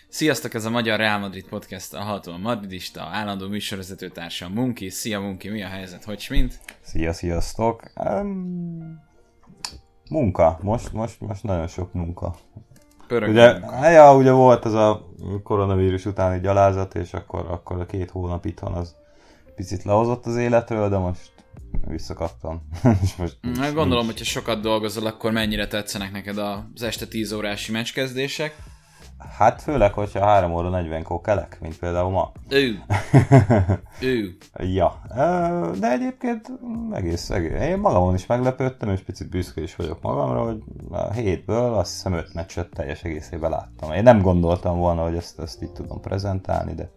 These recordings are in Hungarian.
Sziasztok, ez a Magyar Real Madrid Podcast, a hallható madridista, állandó műsorvezetőtársam Munki. Szia Munki, mi a helyzet, hogy mint? Sziasztok! Munka, most nagyon sok munka. Ugye volt ez a koronavírus utáni gyalázat, és akkor a 2 hónap itthon az picit lehozott az életről, de most visszakaptam. Gondolom, hogyha sokat dolgozol, akkor mennyire tetszenek neked az este 10 órási meccskezdések? Hát főleg, hogyha 3 óra 40-kor kelek, mint például ma. Ja, de egyébként egész. Én magamon is meglepődtem, és picit büszke is vagyok magamra, hogy a 7-ből azt hiszem 5 meccset teljes egészében láttam. Én nem gondoltam volna, hogy ezt így tudom prezentálni, de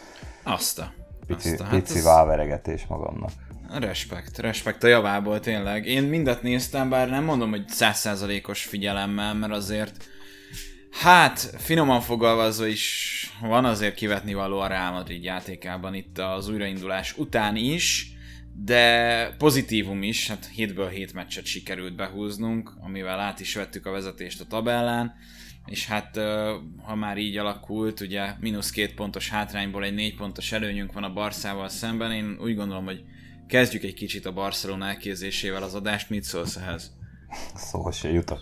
pici váveregetés magamnak. Respekt a javából tényleg. Én mindet néztem, bár nem mondom, hogy 100%-os figyelemmel, mert azért finoman fogalmazva is van azért kivetnivaló a Real Madrid játékában itt az újraindulás után is, de pozitívum is, hát 7-ből 7 meccset sikerült behúznunk, amivel át is vettük a vezetést a tabellán, és hát ha már így alakult, ugye -2 pontos hátrányból egy 4 pontos előnyünk van a Barszával szemben, én úgy gondolom, hogy kezdjük egy kicsit a Barcelona elkézésével az adást, mit szólsz ehhez? Szóval se jutok.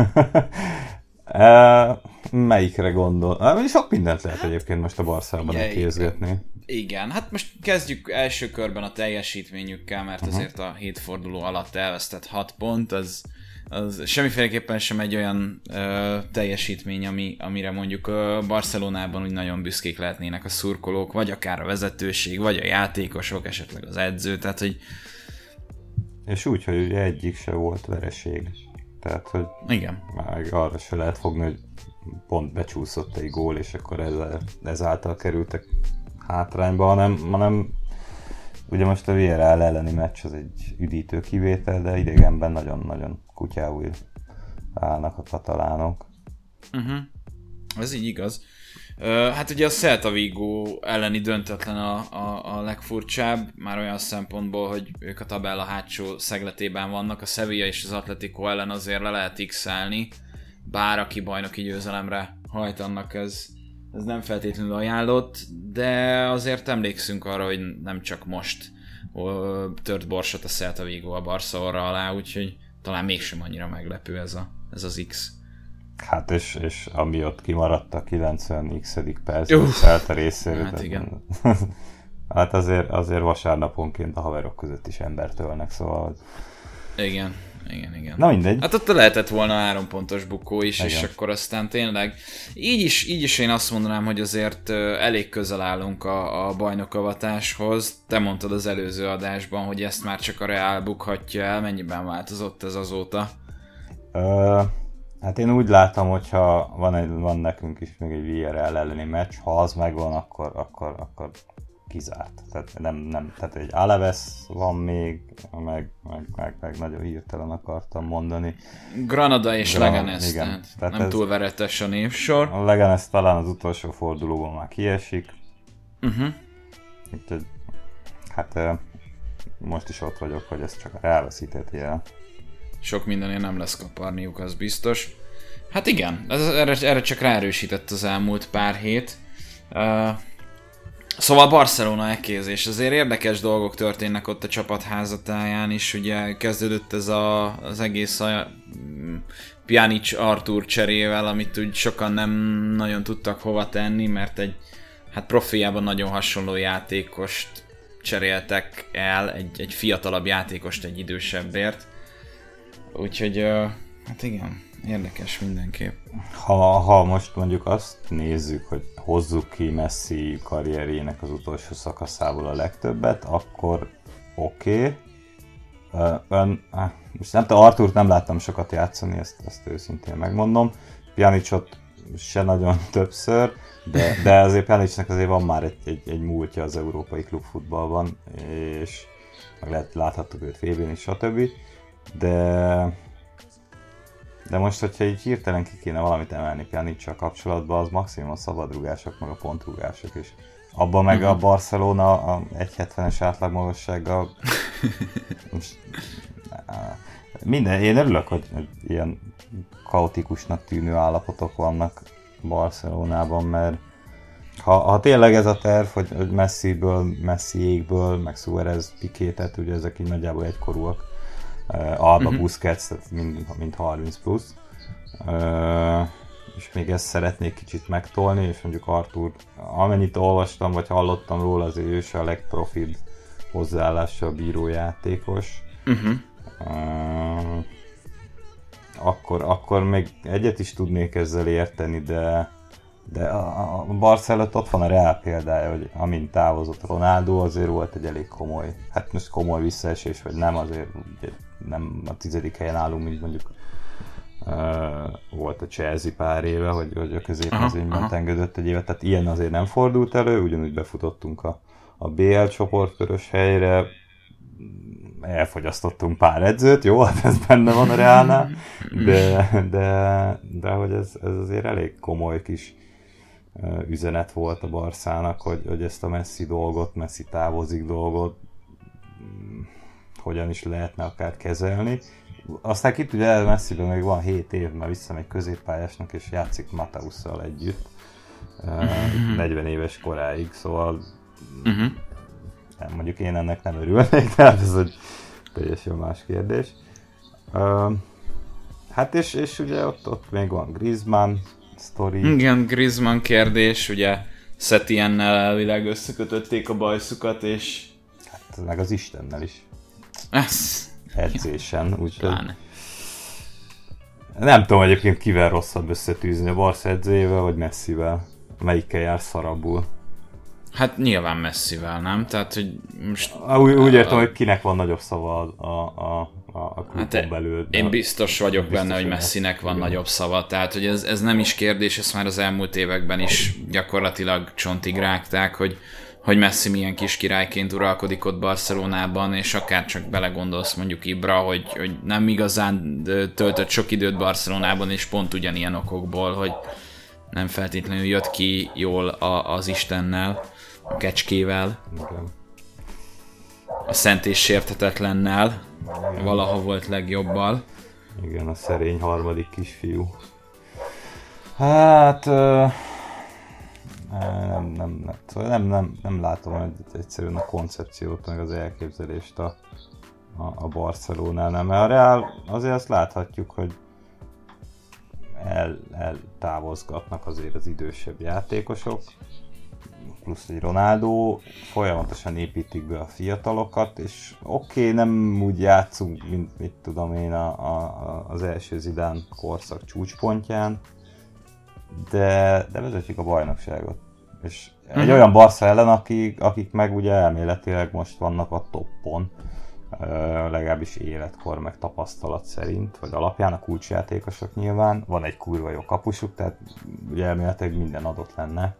Melyikre gondol? Sok mindent lehet egyébként most a Barszában elkézgetni. Igen, hát most kezdjük első körben a teljesítményükkel, mert azért a 7 forduló alatt elvesztett 6 pont, az semmiféleképpen sem egy olyan teljesítmény, amire mondjuk Barcelonában úgy nagyon büszkék lehetnének a szurkolók, vagy akár a vezetőség, vagy a játékosok, esetleg az edző, tehát hogy... És úgy, hogy ugye egyik se volt vereség. Tehát, hogy igen. Már arra se lehet fogni, hogy pont becsúszott egy gól, és akkor ezáltal kerültek hátrányba, hanem ugye most a Villarreal elleni meccs az egy üdítő kivétel, de idegenben nagyon-nagyon kutyául állnak a katalánok. Ez így igaz. Hát ugye a Celta Vigo elleni döntetlen a legfurcsább, már olyan szempontból, hogy ők a tabella hátsó szegletében vannak, a Sevilla és az Atletico ellen azért le lehet x-elni, bár aki bajnoki győzelemre hajt, annak ez nem feltétlenül ajánlott, de azért emlékszünk arra, hogy nem csak most tört borsot a Celta Vigo a Barca orra alá, úgyhogy talán mégsem annyira meglepő ez az X. Hát és ami ott kimaradt a 90x percben Celta részéről. Hát igen. Hát azért vasárnaponként a haverok között is embert ölnek, szóval... Igen. Na mindegy. Hát ott lehetett volna 3 pontos bukó is, igen. És akkor aztán tényleg így is én azt mondanám, hogy azért elég közel állunk a bajnokavatáshoz. Te mondtad az előző adásban, hogy ezt már csak a Real bukhatja el. Mennyiben változott ez azóta? Hát én úgy látom, hogyha van nekünk is még egy Villarreal elleni meccs, ha az megvan, akkor kizárt. Tehát tehát egy Alaves van még, meg nagyon hirtelen akartam mondani. Granada és Leganés, tehát nem túl veretes a névsor. A Leganés talán az utolsó fordulóban már kiesik. Úgyhogy hát most is ott vagyok, hogy ez csak a Real veszíteti el. Sok mindenért nem lesz kaparniuk, az biztos. Hát igen, erre csak ráerősített az elmúlt pár hét. Szóval Barcelona elkézés, azért érdekes dolgok történnek ott a csapat házatáján is, ugye kezdődött ez az egész a Pjanic-Arthur cserével, amit úgy sokan nem nagyon tudtak hova tenni, mert egy profiában nagyon hasonló játékost cseréltek el, egy fiatalabb játékost egy idősebbért. Úgyhogy, hát igen, érdekes mindenképp. Ha most mondjuk azt nézzük, hogy hozzuk ki Messi karrierjének az utolsó szakaszából a legtöbbet, akkor oké. Most nem tudom, Arthurt nem láttam sokat játszani, ezt őszintén megmondom. Pjanicot se nagyon többször, de azért Pjanicnek azért van már egy múltja az európai klubfutballban, és meg láthattuk őt VB-n is, stb. De most, hogyha így hirtelen ki kéne valamit emelni Pjanic-sal kapcsolatban, az maximum a szabadrugások, meg a pontrugások is. Abban meg a Barcelona a 1,70-es átlagmagassággal én örülök, hogy ilyen kaotikusnak tűnő állapotok vannak Barcelonában, mert ha tényleg ez a terv, hogy Messiékből, meg Suárez, Piqué, tehát ugye ezek így nagyjából egykorúak, Alba, Busquets, tehát mind 30 plusz, és még ezt szeretnék kicsit megtolni, és mondjuk Arthur, amennyit olvastam, vagy hallottam róla, azért ő se a legprofibb hozzáállással bíró játékos. Akkor még egyet is tudnék ezzel érteni, de a Barca ott van a Real példája, hogy amint távozott Ronaldo, azért volt egy elég komoly, hát most komoly visszaesés, vagy nem, azért nem a 10. helyen állunk, mint mondjuk volt a Chelsea pár éve, hogy a középmezőnyben tengődött egy évet, tehát ilyen azért nem fordult elő, ugyanúgy befutottunk a BL csoportkörös helyre, elfogyasztottunk pár edzőt, jó, hát ez benne van a Realnál, de hogy ez azért elég komoly kis üzenet volt a Barszának, hogy ezt a Messi távozik dolgot hogyan is lehetne akár kezelni. Aztán ki tudja, Messiben még van 7 év, mert visszamegy középpályásnak és játszik Mateusszal együtt 40 éves koráig, szóval mondjuk én ennek nem örülnék, tehát ez egy teljesen más kérdés. Hát és ugye ott még van Griezmann sztori. Igen, Griezmann kérdés, ugye Setiennel elvileg összekötötték a bajszukat, és... Hát meg az Istennel is. Ez... Edzésen, úgyhogy... Nem tudom egyébként kivel rosszabb összetűzni, a Barca edzőjével vagy Messivel. Melyikkel jár szarabbul? Hát nyilván Messivel, nem? Tehát, hogy most... Úgy értem, hogy kinek van nagyobb szava a klubon belül. Én biztos vagyok benne, hogy Messinek van nagyobb szava, tehát hogy ez nem is kérdés, ezt már az elmúlt években is gyakorlatilag csontig rágták, hogy Messi milyen kis királyként uralkodik ott Barcelonában, és akár csak belegondolsz mondjuk Ibra, hogy nem igazán töltött sok időt Barcelonában, és pont ugyanilyen okokból, hogy nem feltétlenül jött ki jól az Istennel, a kecskével, a szent és sérthetetlennel, valaha volt legjobbal. Igen, a szerény harmadik kisfiú. Hát... Nem látom egyszerűen a koncepciót, meg az elképzelést a Barcelonánál, mert a Real azért azt láthatjuk, hogy eltávozgatnak azért az idősebb játékosok, plusz egy Ronaldo, folyamatosan építik be a fiatalokat, és oké, nem úgy játszunk, mint mit tudom én az első Zidane korszak csúcspontján, de vezetjük a bajnokságot. És egy olyan Barca ellen, akik meg ugye elméletileg most vannak a toppon, legalábbis életkor, meg tapasztalat szerint, vagy alapján a kulcsjátékosok nyilván. Van egy kurva jó kapusuk, tehát ugye elméletileg minden adott lenne.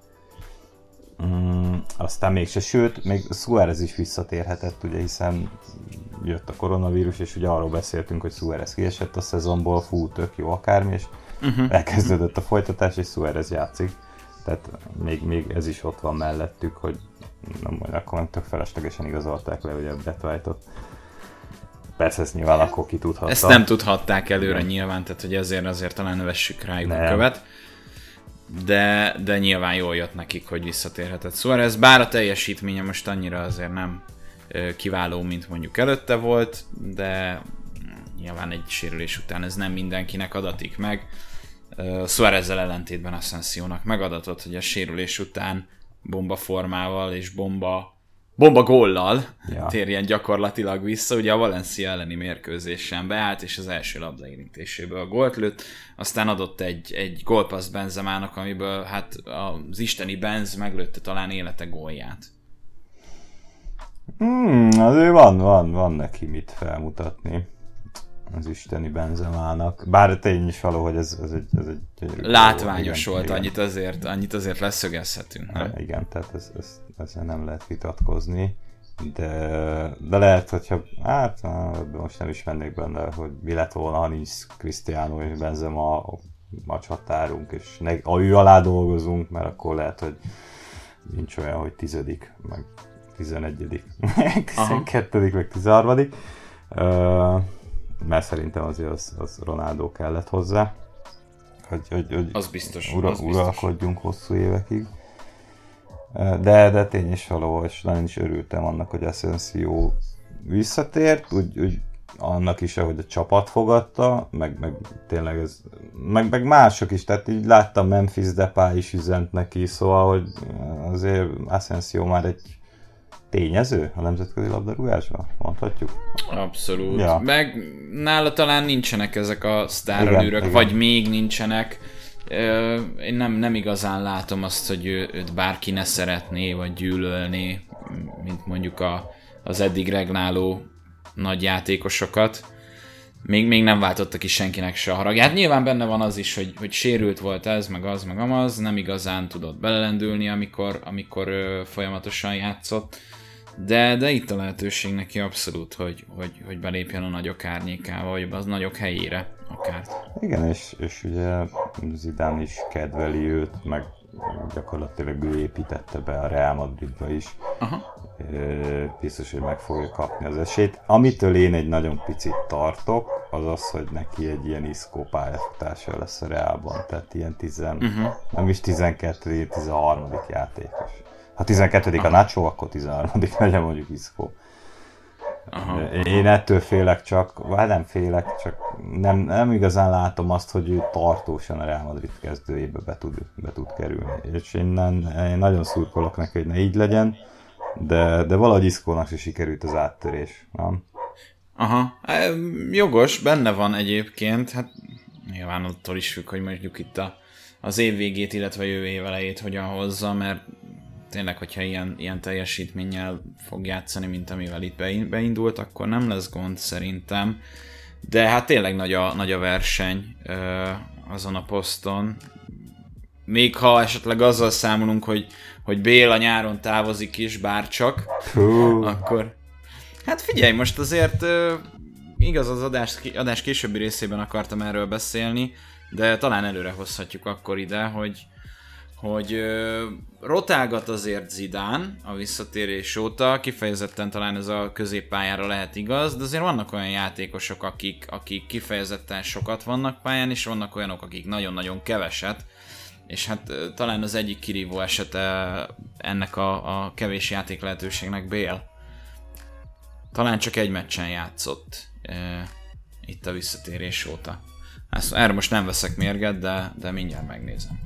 Aztán mégse, sőt, még Suárez is visszatérhetett, ugye, hiszen jött a koronavírus, és ugye arról beszéltünk, hogy Suárez kiesett a szezonból, fú, tök jó akármi, és elkezdődött a folytatás, és Suárez játszik. Tehát még ez is ott van mellettük, hogy akkor nem tök feleslegesen igazolták le ugye a Brett White-ot. Persze ezt nyilván akkor ki tudhatta. Ezt nem tudhatták előre nyilván, tehát hogy azért talán vessük rájuk a követ. De nyilván jól jött nekik, hogy visszatérhetett Suárez, bár a teljesítménye most annyira azért nem kiváló, mint mondjuk előtte volt, de nyilván egy sérülés után ez nem mindenkinek adatik meg. Suárezzel ellentétben Asensiónak megadatott, hogy a sérülés után bomba formával és bomba góllal térjen gyakorlatilag vissza. Ugye a Valencia elleni mérkőzésen beállt, és az első labdaérintéséből a gólt lőtt, aztán adott egy gólpaszt Benzemának, amiből hát az isteni Benz meglőtte talán élete gólját. Azért van neki mit felmutatni az isteni Benzemának. Bár tény is való, hogy ez egy látványos volt, igen. Annyit azért leszögezhetünk, nem? Igen, tehát ezzel nem lehet vitatkozni. De lehet, hogyha... Hát most nem is mennék benne, hogy mi lett volna, ha nincs Cristiano és Benzema a csatárunk, és ő alá dolgozunk, mert akkor lehet, hogy nincs olyan, hogy 10., meg 11., 12., meg 13., mert szerintem azért az Ronaldo kellett hozzá. hogy az biztos. uralkodjunk hosszú évekig. De tény is való, és nagyon is örültem annak, hogy Asensio visszatért, úgy annak is, ahogy a csapat fogadta, meg tényleg ez, meg mások is, tehát így láttam Memphis Depay is üzent neki, szóval, hogy azért Asensio már egy tényező a nemzetközi labdarúgásban, mondhatjuk. Abszolút. Ja. Meg nála talán nincsenek ezek a sztárrőrök, vagy még nincsenek. Én nem igazán látom azt, hogy őt bárki ne szeretné, vagy gyűlölné, mint mondjuk az eddig regnáló nagy játékosokat. Még nem váltotta ki senkinek se a haragját. Nyilván benne van az is, hogy sérült volt ez, meg az, meg amaz, nem igazán tudott belelendülni, amikor folyamatosan játszott. De itt a lehetőség neki abszolút, hogy belépjen a nagyok árnyékába, vagy az nagyok helyére akár. Igen, és ugye Zidane is kedveli őt, meg gyakorlatilag ő építette be a Real Madridba is. Aha. Biztos, hogy meg fogja kapni az esélyt. Amitől én egy nagyon picit tartok, az az, hogy neki egy ilyen Isco pályafutása lesz a Realban, tehát ilyen nem is 12. 13. játékos. Ha 12. a Nacho, akkor 13. legyen mondjuk Isco. Aha. Én ettől félek csak, vagy nem félek, csak nem igazán látom azt, hogy ő tartósan a Real Madrid kezdőjébe be tud kerülni. És én nagyon szurkolok neki, hogy ne így legyen, de valahogy Iscónak se sikerült az áttörés, nem? Aha, jogos, benne van egyébként, hát nyilván attól is függ, hogy mondjuk itt az év végét, illetve jövő év elejét hogyan hozza, mert tényleg, hogyha ilyen teljesítménnyel fog játszani, mint amivel itt beindult, akkor nem lesz gond szerintem. De hát tényleg nagy a verseny azon a poszton. Még ha esetleg azzal számolunk, hogy Béla nyáron távozik is, bárcsak, akkor... Hát figyelj, most azért igaz, az adás későbbi részében akartam erről beszélni, de talán előre hozhatjuk akkor ide, hogy rotálgat azért Zidane a visszatérés óta, kifejezetten talán ez a középpályára lehet igaz, de azért vannak olyan játékosok, akik kifejezetten sokat vannak pályán, és vannak olyanok, akik nagyon-nagyon keveset, és hát talán az egyik kirívó esete ennek a kevés játék lehetőségnek Bale. Talán csak egy meccsen játszott itt a visszatérés óta. Erre most nem veszek mérget, de mindjárt megnézem.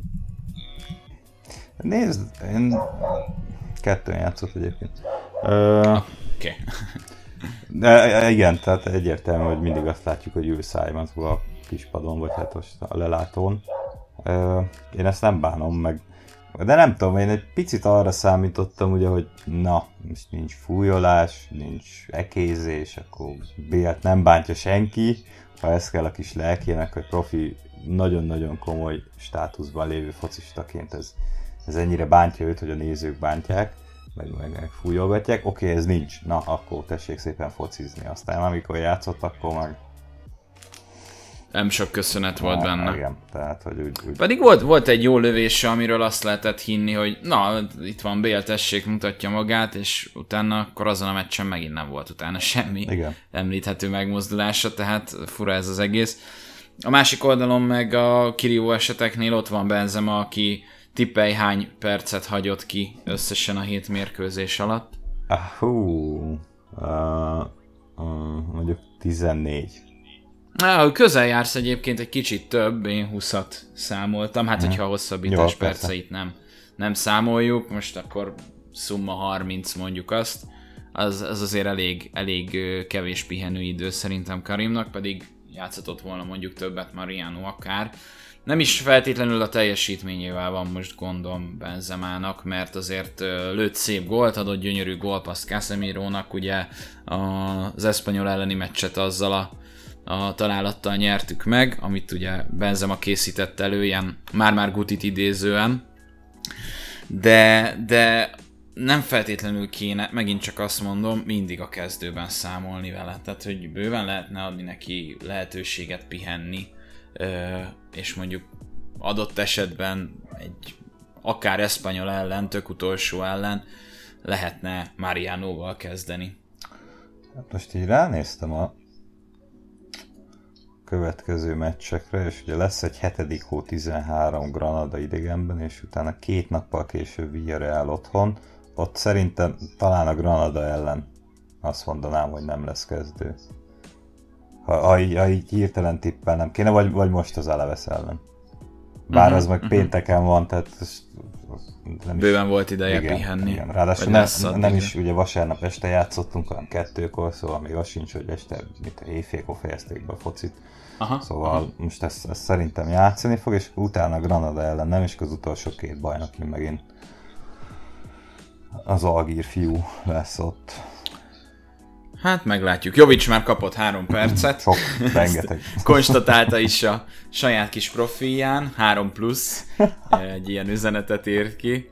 Nézd, én 2 játszott egyébként. Oké. De igen, tehát egyértelmű, hogy mindig azt látjuk, hogy ül Simonsba a kispadon, vagy hát most a lelátón. Én ezt nem bánom meg. De nem tudom, én egy picit arra számítottam, ugye, hogy most nincs fújolás, nincs ekézés, akkor Bélt nem bántja senki, ha ez kell a kis lelkének, hogy profi, nagyon-nagyon komoly státuszban lévő focistaként ez ennyire bántja őt, hogy a nézők bántják, meg fújolgatják. Oké, ez nincs. Akkor tessék szépen focizni. Aztán amikor játszott, akkor meg... Nem sok köszönet volt benne. Igen, tehát, hogy úgy... Pedig volt egy jó lövése, amiről azt lehetett hinni, hogy itt van Bale, tessék, mutatja magát, és utána akkor azon a meccsen megint nem volt utána semmi említhető megmozdulása, tehát fura ez az egész. A másik oldalon meg a kirívó eseteknél ott van Benzema, aki tippelj hány percet hagyott ki összesen a 7 mérkőzés alatt. Mondjuk 14. Közel jársz egyébként, egy kicsit több, én 20-at számoltam, hát hogyha a hosszabbítás perceit nem számoljuk, most akkor szumma 30 mondjuk azt, az azért elég kevés pihenőidő szerintem Karimnak, pedig játszhatott volna mondjuk többet Mariano akár. Nem is feltétlenül a teljesítményével van most gondom Benzemának, mert azért lőtt szép gólt, adott gyönyörű gólpaszt Casemirónak, ugye az Espanyol elleni meccset azzal a találattal nyertük meg, amit ugye Benzema készített elő, ilyen már-már Gutit idézően, de nem feltétlenül kéne, megint csak azt mondom, mindig a kezdőben számolni vele, tehát hogy bőven lehetne adni neki lehetőséget pihenni, és mondjuk adott esetben egy akár Espanyol ellen, tök utolsó ellen lehetne Marianóval kezdeni. Hát most így ránéztem a következő meccsekre, és ugye lesz egy 7. hó 13 Granada idegenben, és utána 2 nappal később Villarreal otthon. Ott szerintem talán a Granada ellen azt mondanám, hogy nem lesz kezdő. Ha így hirtelen tippelnem kéne, vagy most az Alaves ellen. Bár az meg pénteken van, tehát nem bőven is, volt ideje pihenni. Igen. Ráadásul nem is ugye vasárnap este játszottunk, hanem 2-kor, szóval még az sincs, hogy este, mint a éjfélkor fejezték be a focit. Szóval most ezt szerintem játszani fog, és utána Granada ellen nem, és az utolsó 2 bajnoki megint az algír fiú lesz ott. Hát meglátjuk. Jovic már kapott 3 percet. Sok, rengeteg. Konstatálta is a saját kis profilján, 3+, egy ilyen üzenetet írt ki.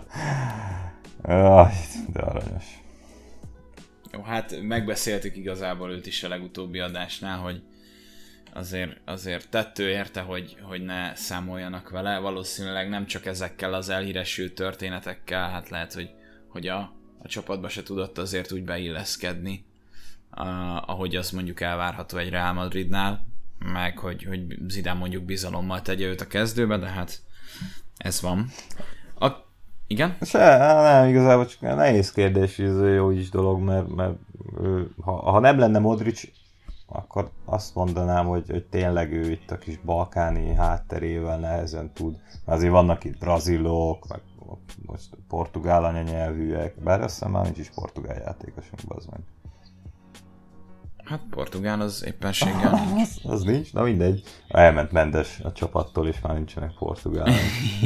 De aranyos. Jó, hát megbeszéltük igazából őt is a legutóbbi adásnál, hogy azért tettő érte, hogy ne számoljanak vele. Valószínűleg nem csak ezekkel az elhíresült történetekkel, hát lehet, hogy a csapatba se tudott azért úgy beilleszkedni, ahogy az mondjuk elvárható egy Real Madridnál, meg hogy Zidane mondjuk bizalommal tegye őt a kezdőbe, de hát ez van. Igen? Nem, igazából csak nehéz kérdés, hogy ez jó is dolog, mert ha nem lenne Modric, akkor azt mondanám, hogy tényleg ő itt a kis balkáni hátterével nehezen tud. Azért vannak itt brazilok, meg most portugál anyanyelvűek, bár azt hiszem már nincs is portugál játékosunk, az meg. Hát portugál az éppenséggel nincs. Az nincs, na mindegy. Elment Mendes a csapattól, és már nincsenek portugálok.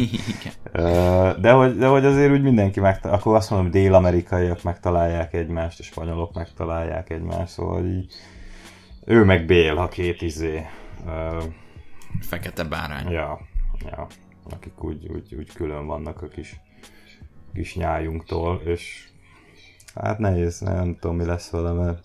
De hogy azért úgy mindenki akkor azt mondom, hogy dél-amerikaiak megtalálják egymást, és spanyolok megtalálják egymást, szóval így ő meg Bale, a 2 fekete bárány. Ja. Akik úgy külön vannak a kis nyájunktól, és hát nehéz, nem tudom mi lesz vele, mert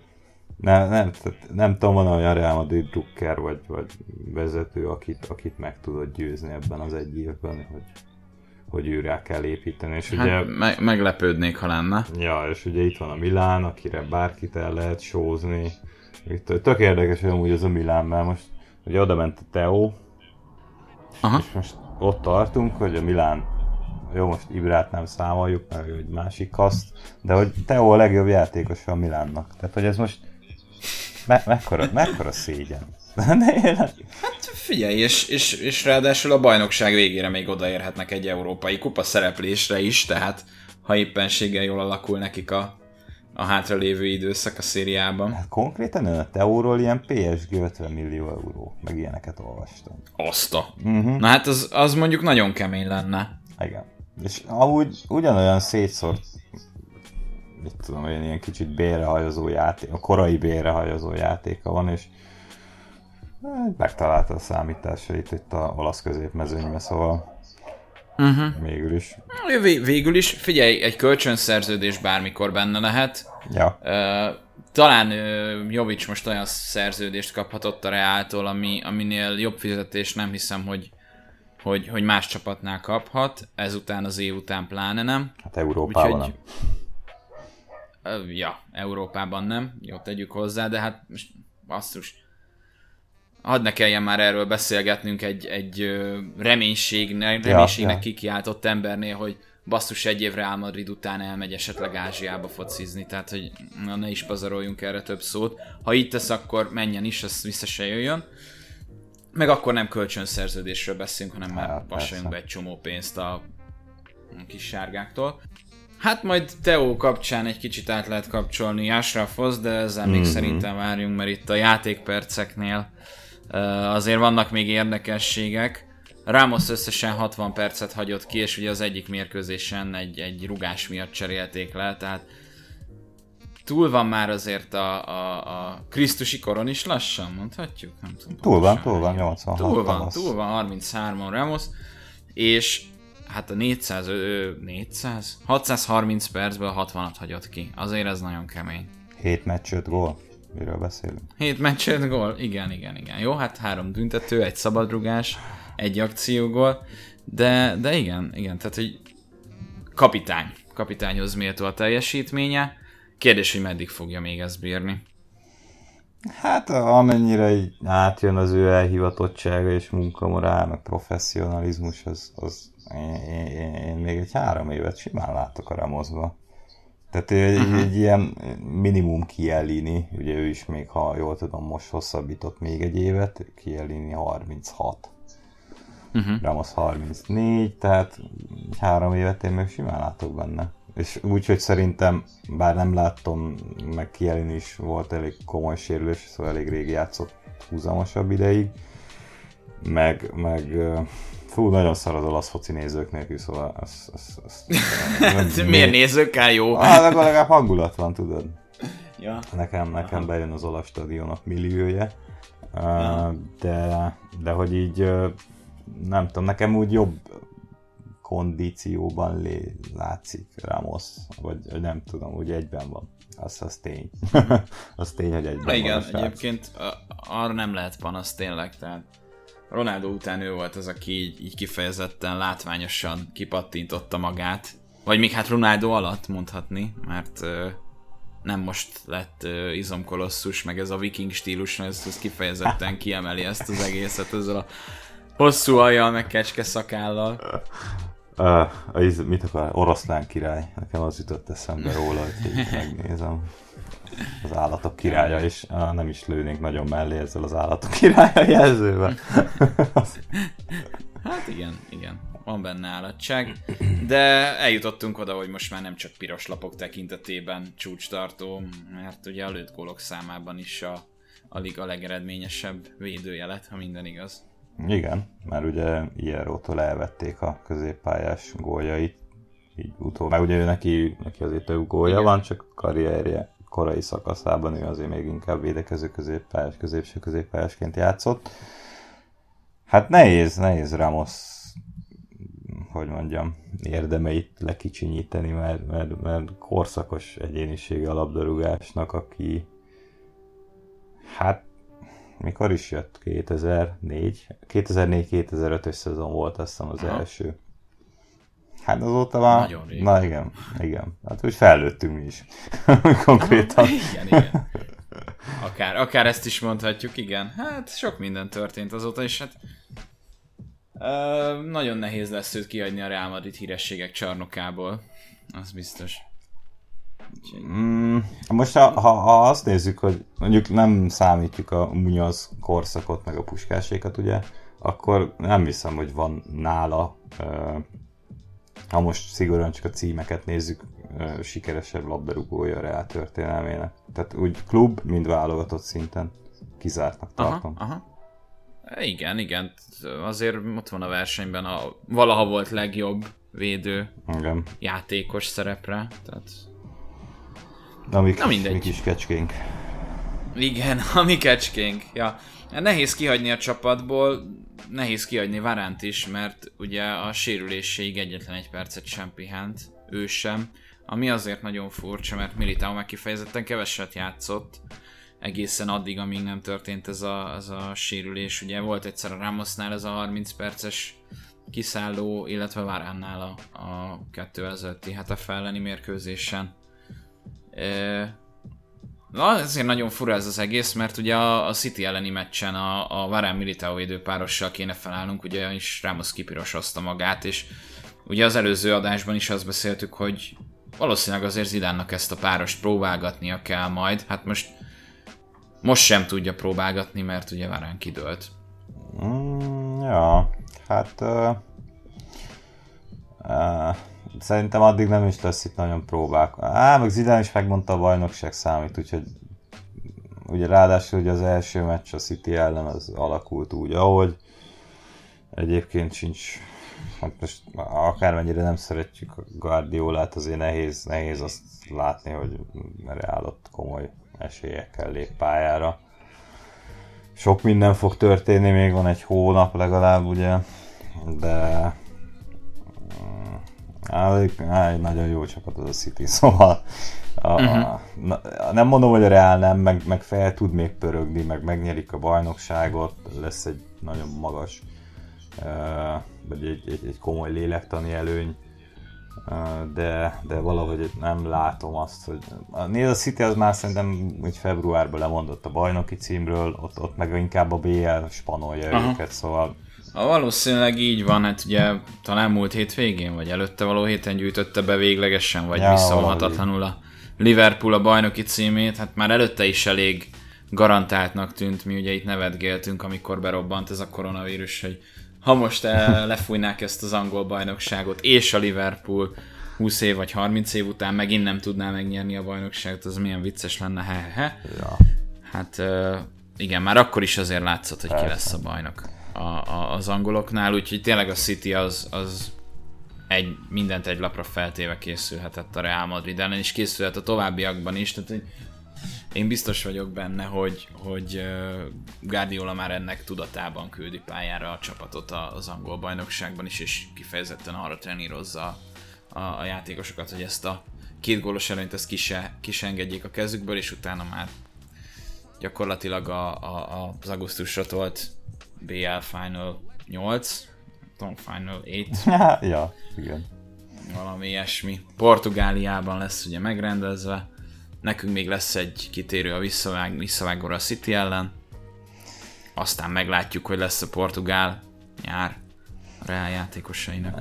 nem tudom, van olyan Real Madrid drukker vagy vezető, akit meg tudod győzni ebben az egy évben, hogy őrá kell építeni. És hát ugye, meglepődnék, ha lenne. Ja, és ugye itt van a Milán, akire bárkit el lehet sózni. Tök érdekes, hogy amúgy az a Milán, mert most ugye oda ment a Theo, és most ott tartunk, hogy a Milán, jó, most Ibrát nem számoljuk, mert ő egy másik kaszt, de hogy Theo a legjobb játékosa a Milánnak. Tehát, hogy ez most mekkora szégyen. Hát figyelj, és ráadásul a bajnokság végére még odaérhetnek egy európai kupa szereplésre is, tehát ha éppenséggel jól alakul nekik a hátralévő időszak a szériában. Hát konkrétan a Teóról ilyen PSG 50 millió euró, meg ilyeneket olvastam. Na hát az mondjuk nagyon kemény lenne. Igen. És amúgy ugyanolyan szétszórt, mit tudom, olyan ilyen kicsit bélrehajozó játék, a korai bélrehajozó játéka van, és megtalálta a számításait itt a olasz középmezőnybe, szóval Végül is, figyelj, egy kölcsönszerződés bármikor benne lehet. Ja. Talán Jovic most olyan szerződést kaphatott a Reáltól, aminél jobb fizetés nem hiszem, hogy más csapatnál kaphat, ezután az év után pláne nem. Hát Európában nem. Ja, Európában nem, jó, tegyük hozzá, de hát most basszus. Hadd ne kelljen már erről beszélgetnünk egy reménységnek kikiáltott embernél, hogy basszus, egy év Real Madrid után elmegy esetleg Ázsiába focizni, tehát hogy ne is pazaroljunk erre több szót. Ha így tesz, akkor menjen is, az vissza se jöjjön. Meg akkor nem kölcsönszerződésről beszélünk, hanem már vasaljunk be egy csomó pénzt a kis sárgáktól. Hát majd Theo kapcsán egy kicsit át lehet kapcsolni Ashrafhoz, de ezzel még szerintem várjunk, mert itt a játékperceknél azért vannak még érdekességek. Ramos összesen 60 percet hagyott ki, és ugye az egyik mérkőzésen egy rugás miatt cserélték le, tehát túl van már azért a krisztusi koron is lassan, mondhatjuk? Nem tudom. Túl van, 86. Túl van 33-on Ramos, és hát a 630 percből 60-at hagyott ki. Azért ez nagyon kemény. 7 meccs, 5 gól? Miről beszélünk? 7 meccs, 5 gól? Igen. Jó, hát 3 büntető, 1 szabadrugás, 1 akciógól, de igen, tehát hogy kapitányhoz méltó a teljesítménye. Kérdés, hogy meddig fogja még ezt bírni. Hát amennyire így átjön az ő elhivatottsága és munkamorál, meg professzionalizmus, én még egy 3 évet simán látok a Ramosba. Tehát egy ilyen minimum Chiellini, ugye ő is még, ha jól tudom, most hosszabbított még egy évet, Chiellini 36. Ramos 34, tehát 3 évet én még simán látok benne. És úgyhogy szerintem, bár nem láttam, meg Chiellini is volt elég komoly sérülés, szóval elég rég játszott húzamosabb ideig, meg fú, nagyon szar az olasz foci nézők nélkül, szóval miért nézőkkel jó? Legalább hangulat van, tudod. Ja. Nekem bejön az olasz stadionok milliója, de hogy így nem tudom, nekem úgy jobb kondícióban látszik Ramos, vagy nem tudom, úgy egyben van. Az tény. Az tény, hogy egyben igen, van. Igen, egyébként arra nem lehet panasz tényleg, tehát Ronaldo után ő volt az, aki így kifejezetten látványosan kipattintotta magát, vagy még hát Ronaldo alatt mondhatni, mert nem most lett izomkolosszus, meg ez a viking stílus, ez kifejezetten kiemeli ezt az egészet ezzel a hosszú ajjal, meg kecske szakállal. Mit akar? Oroszlán király. Nekem az jutott eszembe róla, hogy megnézem. Az állatok királya, és nem is lőnénk nagyon mellé ezzel az állatok királya jelzővel. Hát igen. Van benne állatság. De eljutottunk oda, hogy most már nem csak piros lapok tekintetében csúcstartó, mert ugye a lőtt gólok számában is a liga legeredményesebb védőjelet, ha minden igaz. Igen, mert ugye Hierrótól elvették a középpályás góljait, így utóbb. Már ugye neki azért több gólja van, csak karrierje korai szakaszában ő azért még inkább védekező középpályás, középső középpályásként játszott. Hát nehéz Ramos, hogy mondjam, érdemeit lekicsinyíteni, mert korszakos egyénisége a labdarúgásnak, aki hát mikor is jött? 2004-2005-ös szezon volt azt hiszem az első. Hát azóta már... Nagyon rég. Na igen. Hát úgy fejlődtünk mi is. Konkrétan. Igen. Akár ezt is mondhatjuk, igen. Hát sok minden történt azóta, és hát nagyon nehéz lesz őt kihagyni a Real Madrid hírességek csarnokából. Az biztos. Most ha azt nézzük, hogy mondjuk nem számítjuk a Muñoz korszakot, meg a Puskásékat, ugye, akkor nem hiszem, hogy van nála, ha most szigorúan csak a címeket nézzük, sikeresebb labdarúgója a Real történelmének. Tehát úgy klub, mind válogatott szinten kizártnak tartom. Aha. Igen. Azért ott van a versenyben valaha volt legjobb védő játékos szerepre, tehát... Mi kis kecskénk. Igen, a mi kecskénk. Ja. Nehéz kihagyni a csapatból, nehéz kihagyni Varánt is, mert ugye a sérüléséig egyetlen egy percet sem pihent, ő sem. Ami azért nagyon furcsa, mert Militao meg kifejezetten keveset játszott, egészen addig, amíg nem történt ez a sérülés. Ugye volt egyszer a Ramosnál ez a 30 perces kiszálló, illetve Varánnál a 2005-i HTF elleni mérkőzésen. Ezért nagyon fura ez az egész, mert ugye a City elleni meccsen a Varane Militao védőpárossal kéne felállnunk, ugye is Ramos kipirosozta magát, és ugye az előző adásban is azt beszéltük, hogy valószínűleg azért Zidane-nak ezt a párost próbálgatnia kell majd, hát most sem tudja próbálgatni, mert ugye Varane kidőlt. Ja, hát szerintem addig nem is lesz itt nagyon próbák. Meg Zidane is megmondta, a bajnokság számít, úgyhogy ugye ráadásul ugye az első meccs a City ellen az alakult úgy, ahogy egyébként sincs, hát most akármennyire nem szeretjük a Guardiolát, azért nehéz azt látni, hogy Real ott komoly esélyekkel lép pályára. Sok minden fog történni, még van egy hónap legalább, ugye, de egy nagyon jó csapat az a City, szóval nem mondom, hogy a Real nem, meg fel tud még pörögni, meg megnyerik a bajnokságot, lesz egy nagyon magas, vagy egy komoly lélektani előny, de valahogy nem látom azt, hogy a City az már szerintem úgy februárban lemondott a bajnoki címről, ott meg inkább a BL spanolja őket, szóval... Valószínűleg így van, hát ugye talán múlt hétvégén, vagy előtte való héten gyűjtötte be véglegesen, vagy visszavonhatatlanul a Liverpool a bajnoki címét, hát már előtte is elég garantáltnak tűnt, mi ugye itt nevetgéltünk, amikor berobbant ez a koronavírus, hogy ha most lefújnák ezt az angol bajnokságot, és a Liverpool 20 év vagy 30 év után megint nem tudná megnyerni a bajnokságot, az milyen vicces lenne, Ja. Hát igen, már akkor is azért látszott, hogy ki lesz a bajnok az angoloknál, úgyhogy tényleg a City az mindent egy lapra feltéve készülhetett a Real Madrid ellen, és készülhet a továbbiakban is, tehát én biztos vagyok benne, hogy Guardiola már ennek tudatában küldi pályára a csapatot az angol bajnokságban is, és kifejezetten arra trenírozza a játékosokat, hogy ezt a 2 gólos előnyt ezt ki se engedjék a kezükből, és utána már gyakorlatilag az augusztusra tolt BL Final 8, Final 8. Ja, igen. Valami ilyesmi. Portugáliában lesz ugye megrendezve. Nekünk még lesz egy kitérő a visszavágóra a City ellen. Aztán meglátjuk, hogy lesz a portugál nyár a Real játékosainak.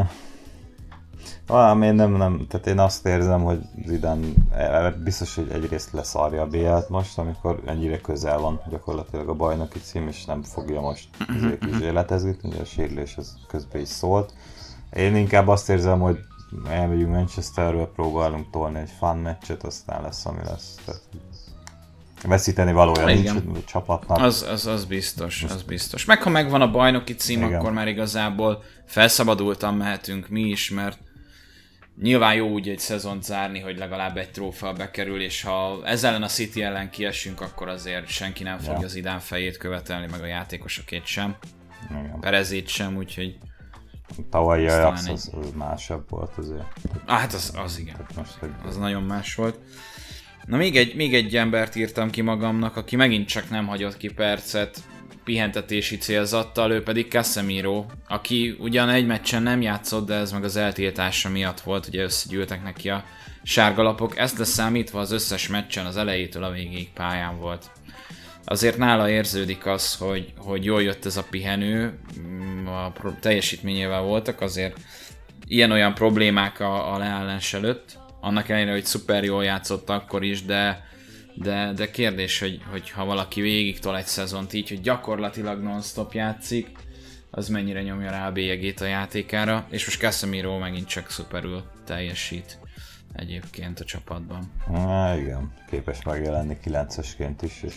Valami nem, tehát én azt érzem, hogy Zidane biztos, hogy egyrészt leszarja a BL-t most, amikor ennyire közel van gyakorlatilag a bajnoki cím, és nem fogja most kísérletezni, ugye a sérülés az közben is szólt. Én inkább azt érzem, hogy elmegyünk Manchesterről, próbálunk tolni egy fun meccset, aztán lesz, ami lesz. Tehát veszíteni valójában nincs a csapatnak. Az biztos. Meg ha megvan a bajnoki cím, igen, akkor már igazából felszabadultan mehetünk mi is, mert nyilván jó úgy egy szezont zárni, hogy legalább egy trófea bekerül, és ha ezzel ellen a City ellen kiesünk, akkor azért senki nem fogja az Zidane fejét követelni, meg a játékosokét sem. Igen. Perezét sem, úgyhogy... Tavalyi az másabb volt azért. Hát az igen. Az nagyon más volt. Na még egy embert írtam ki magamnak, aki megint csak nem hagyott ki percet pihentetési célzattal, ő pedig Casemiro, aki ugyan egy meccsen nem játszott, de ez meg az eltiltása miatt volt, ugye összegyűltek neki a sárgalapok. Ezt leszámítva az összes meccsen az elejétől a végéig pályán volt. Azért nála érződik az, hogy jól jött ez a pihenő, a teljesítményével voltak azért ilyen-olyan problémák a leállás előtt, annak ellenére, hogy szuper jól játszott akkor is, de kérdés, hogy ha valaki végig tol egy szezont így, hogy gyakorlatilag non-stop játszik, az mennyire nyomja rá a bélyegét a játékára, és most Casemiro megint csak szuperül teljesít egyébként a csapatban. Igen, képes megjelenni 9-esként is, és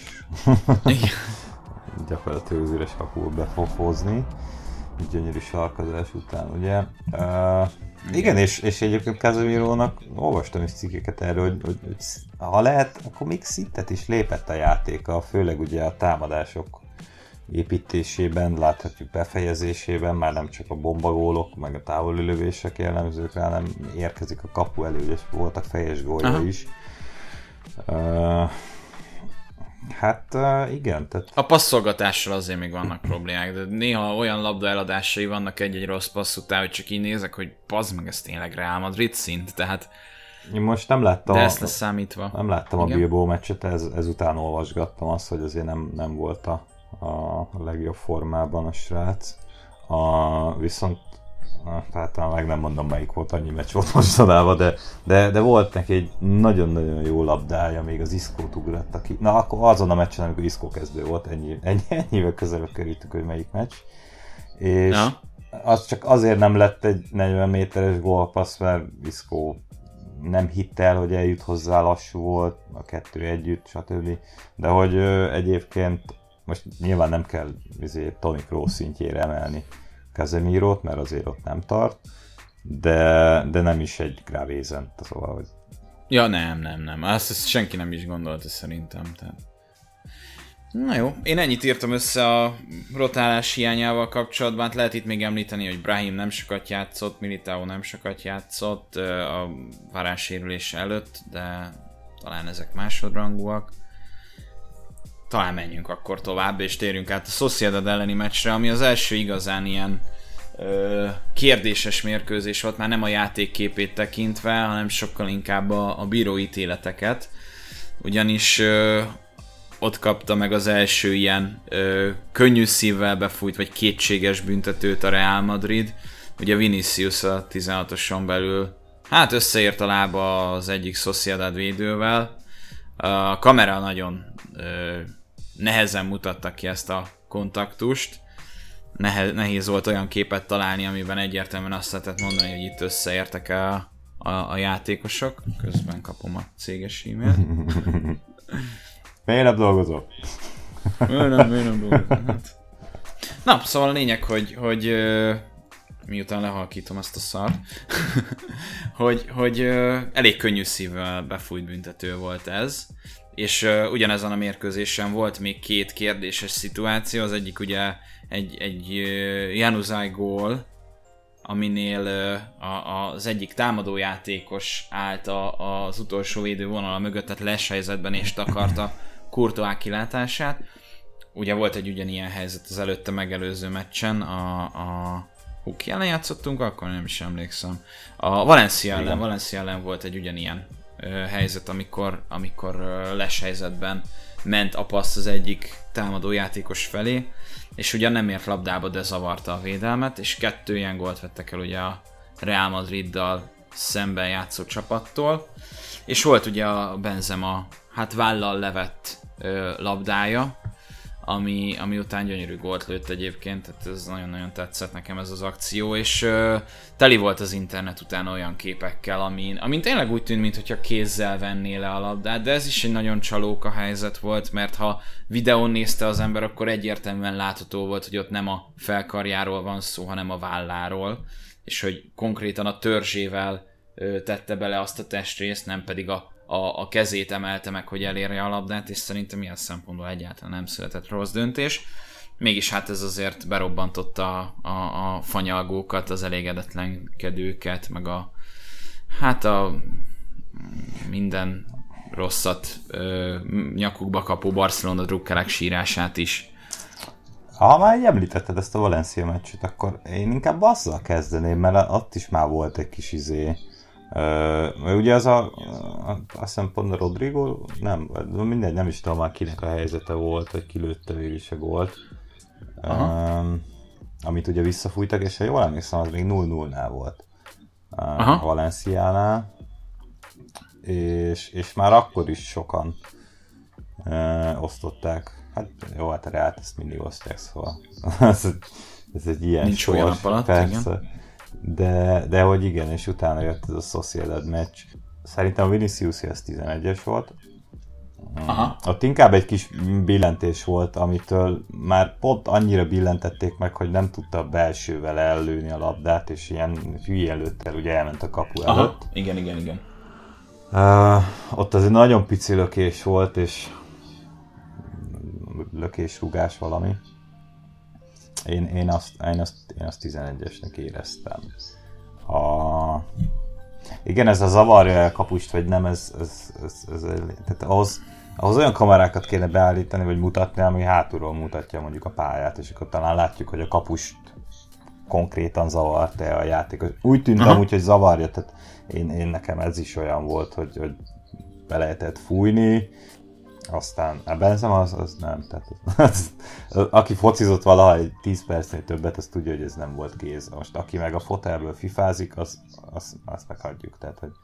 gyakorlatilag az üres kapuba be fog hozni, gyönyörű sarkazás után, ugye? Igen, és egyébként Casemirónak olvastam is cikkeket erről, hogy ha lehet, akkor még szintet is lépett a játéka, főleg ugye a támadások építésében, láthatjuk befejezésében, már nem csak a bombagólok, meg a távoli lövések jellemzők rá, nem érkezik a kapu elő, és voltak fejes gólja is. Igen. Tehát... A passzolgatással azért még vannak problémák, de néha olyan labda eladásai vannak egy-egy rossz passz után, hogy csak így nézek, hogy pazd meg, ez tényleg Real Madrid szint, tehát... Én most nem láttam, de ezt leszámítva. Nem láttam a Bilbao meccset, ezután olvasgattam azt, hogy azért nem volt a legjobb formában a srác. Viszont tehát meg nem mondom, melyik volt, annyi meccs volt mostanában, de volt neki egy nagyon-nagyon jó labdája, még az Isco-t ugrott, aki... Na, akkor azon a meccsen, amikor Isco kezdő volt, ennyivel közelebb kerültük, hogy melyik meccs. És az csak azért nem lett egy 40 méteres gólpassz, mert Isco nem hitt el, hogy eljut hozzá, lassú volt, a kettő együtt, stb. De hogy egyébként most nyilván nem kell Toni Kroos szintjére emelni Casemirót, mert azért ott nem tart, de nem is egy Gravézen, szóval, hogy... Ja, nem. Ezt senki nem is gondolta szerintem. Tehát... Na jó, én ennyit írtam össze a rotálás hiányával kapcsolatban, hát lehet itt még említeni, hogy Brahim nem sokat játszott, Militao nem sokat játszott a várássérülés előtt, de talán ezek másodrangúak. Talán menjünk akkor tovább, és térjünk át a Sociedad elleni meccsre, ami az első igazán ilyen kérdéses mérkőzés volt, már nem a játék képét tekintve, hanem sokkal inkább a bíróítéleteket, ugyanis ott kapta meg az első ilyen könnyű szívvel befújt, vagy kétséges büntetőt a Real Madrid. Ugye Vinicius a 16-oson belül, hát összeért a lába az egyik Sociedad védővel. A kamera nagyon nehezen mutatta ki ezt a kontaktust. Nehéz volt olyan képet találni, amiben egyértelműen azt lehetett mondani, hogy itt összeértek a játékosok. Közben kapom a céges e-mailt. Miért nem dolgozol? Miért nem dolgozol? Hát. Na, szóval a lényeg, hogy miután lehalkítom ezt a szart, hogy elég könnyű szívvel befújt büntető volt ez, és ugyanezen a mérkőzésen volt még két kérdéses szituáció, az egyik ugye egy Januzaj gól, aminél az egyik támadójátékos állt az utolsó védővonal mögött, tehát leshelyzetben és takarta Courtois kilátását. Ugye volt egy ugyanilyen helyzet az előtte megelőző meccsen, ki ellen játszottunk, akkor nem is emlékszem. A Valencia ellen volt egy ugyanilyen helyzet, amikor leshelyzetben ment a passz az egyik támadójátékos felé, és ugyan nem ért labdába, de zavarta a védelmet, és 2 ilyen gólt vettek el ugye a Real Madriddal szemben játszó csapattól, és volt ugye a Benzema vállal levett labdája, ami után gyönyörű gólt lőtt egyébként, tehát ez nagyon-nagyon tetszett nekem ez az akció, és teli volt az internet utána olyan képekkel, amin tényleg úgy tűnt, mintha kézzel venné le a labdát, de ez is egy nagyon csalóka helyzet volt, mert ha videón nézte az ember, akkor egyértelműen látható volt, hogy ott nem a felkarjáról van szó, hanem a válláról, és hogy konkrétan a törzsével tette bele azt a testrészt, nem pedig a kezét emelte meg, hogy elérje a labdát, és szerintem ilyen szempontból egyáltalán nem született rossz döntés. Mégis hát ez azért berobbantotta a fanyalgókat, az elégedetlenkedőket, meg a minden rosszat nyakukba kapó Barcelona drukkerek sírását is. Ha már említetted ezt a Valencia meccset, akkor én inkább azzal kezdeném, mert ott is már volt egy kis ugye az azt hiszem pont a Rodrigo, mindegy, nem is tudom már kinek a helyzete volt, vagy kilőtte végül is a gólt, amit ugye visszafújtak, és ha jól emlékszem, az még 0-0-nál volt a Valenciánál, és már akkor is sokan osztották, hát jó, hát a Reált ezt mindig osztják, szóval ez egy ilyen nincs olyan nap alatt, persze. Igen. De hogy igen, és utána jött ez a Sociedad meccs. Szerintem a Vinicius az 11-es volt. Ott inkább egy kis billentés volt, amitől már pont annyira billentették meg, hogy nem tudta belsővel ellőni a labdát, és ilyen hülye előttel ugye elment a kapu előtt. Igen. Ott az egy nagyon pici lökés volt, és lökésrugás valami. Én azt 11-esnek éreztem. Igen, ez a zavarja a kapust, vagy nem, tehát ahhoz olyan kamerákat kéne beállítani, vagy mutatni, ami hátulról mutatja mondjuk a pályát, és akkor talán látjuk, hogy a kapust konkrétan zavart-e a játék. Úgy tűnt amúgy, hogy zavarja, tehát én nekem ez is olyan volt, hogy be lehetett fújni, aztán a Benzema az nem, tehát aki focizott valaha egy 10 percnél többet, az tudja, hogy ez nem volt kéz. Most aki meg a fotelből fifázik, azt meghagyjuk, tehát hogy...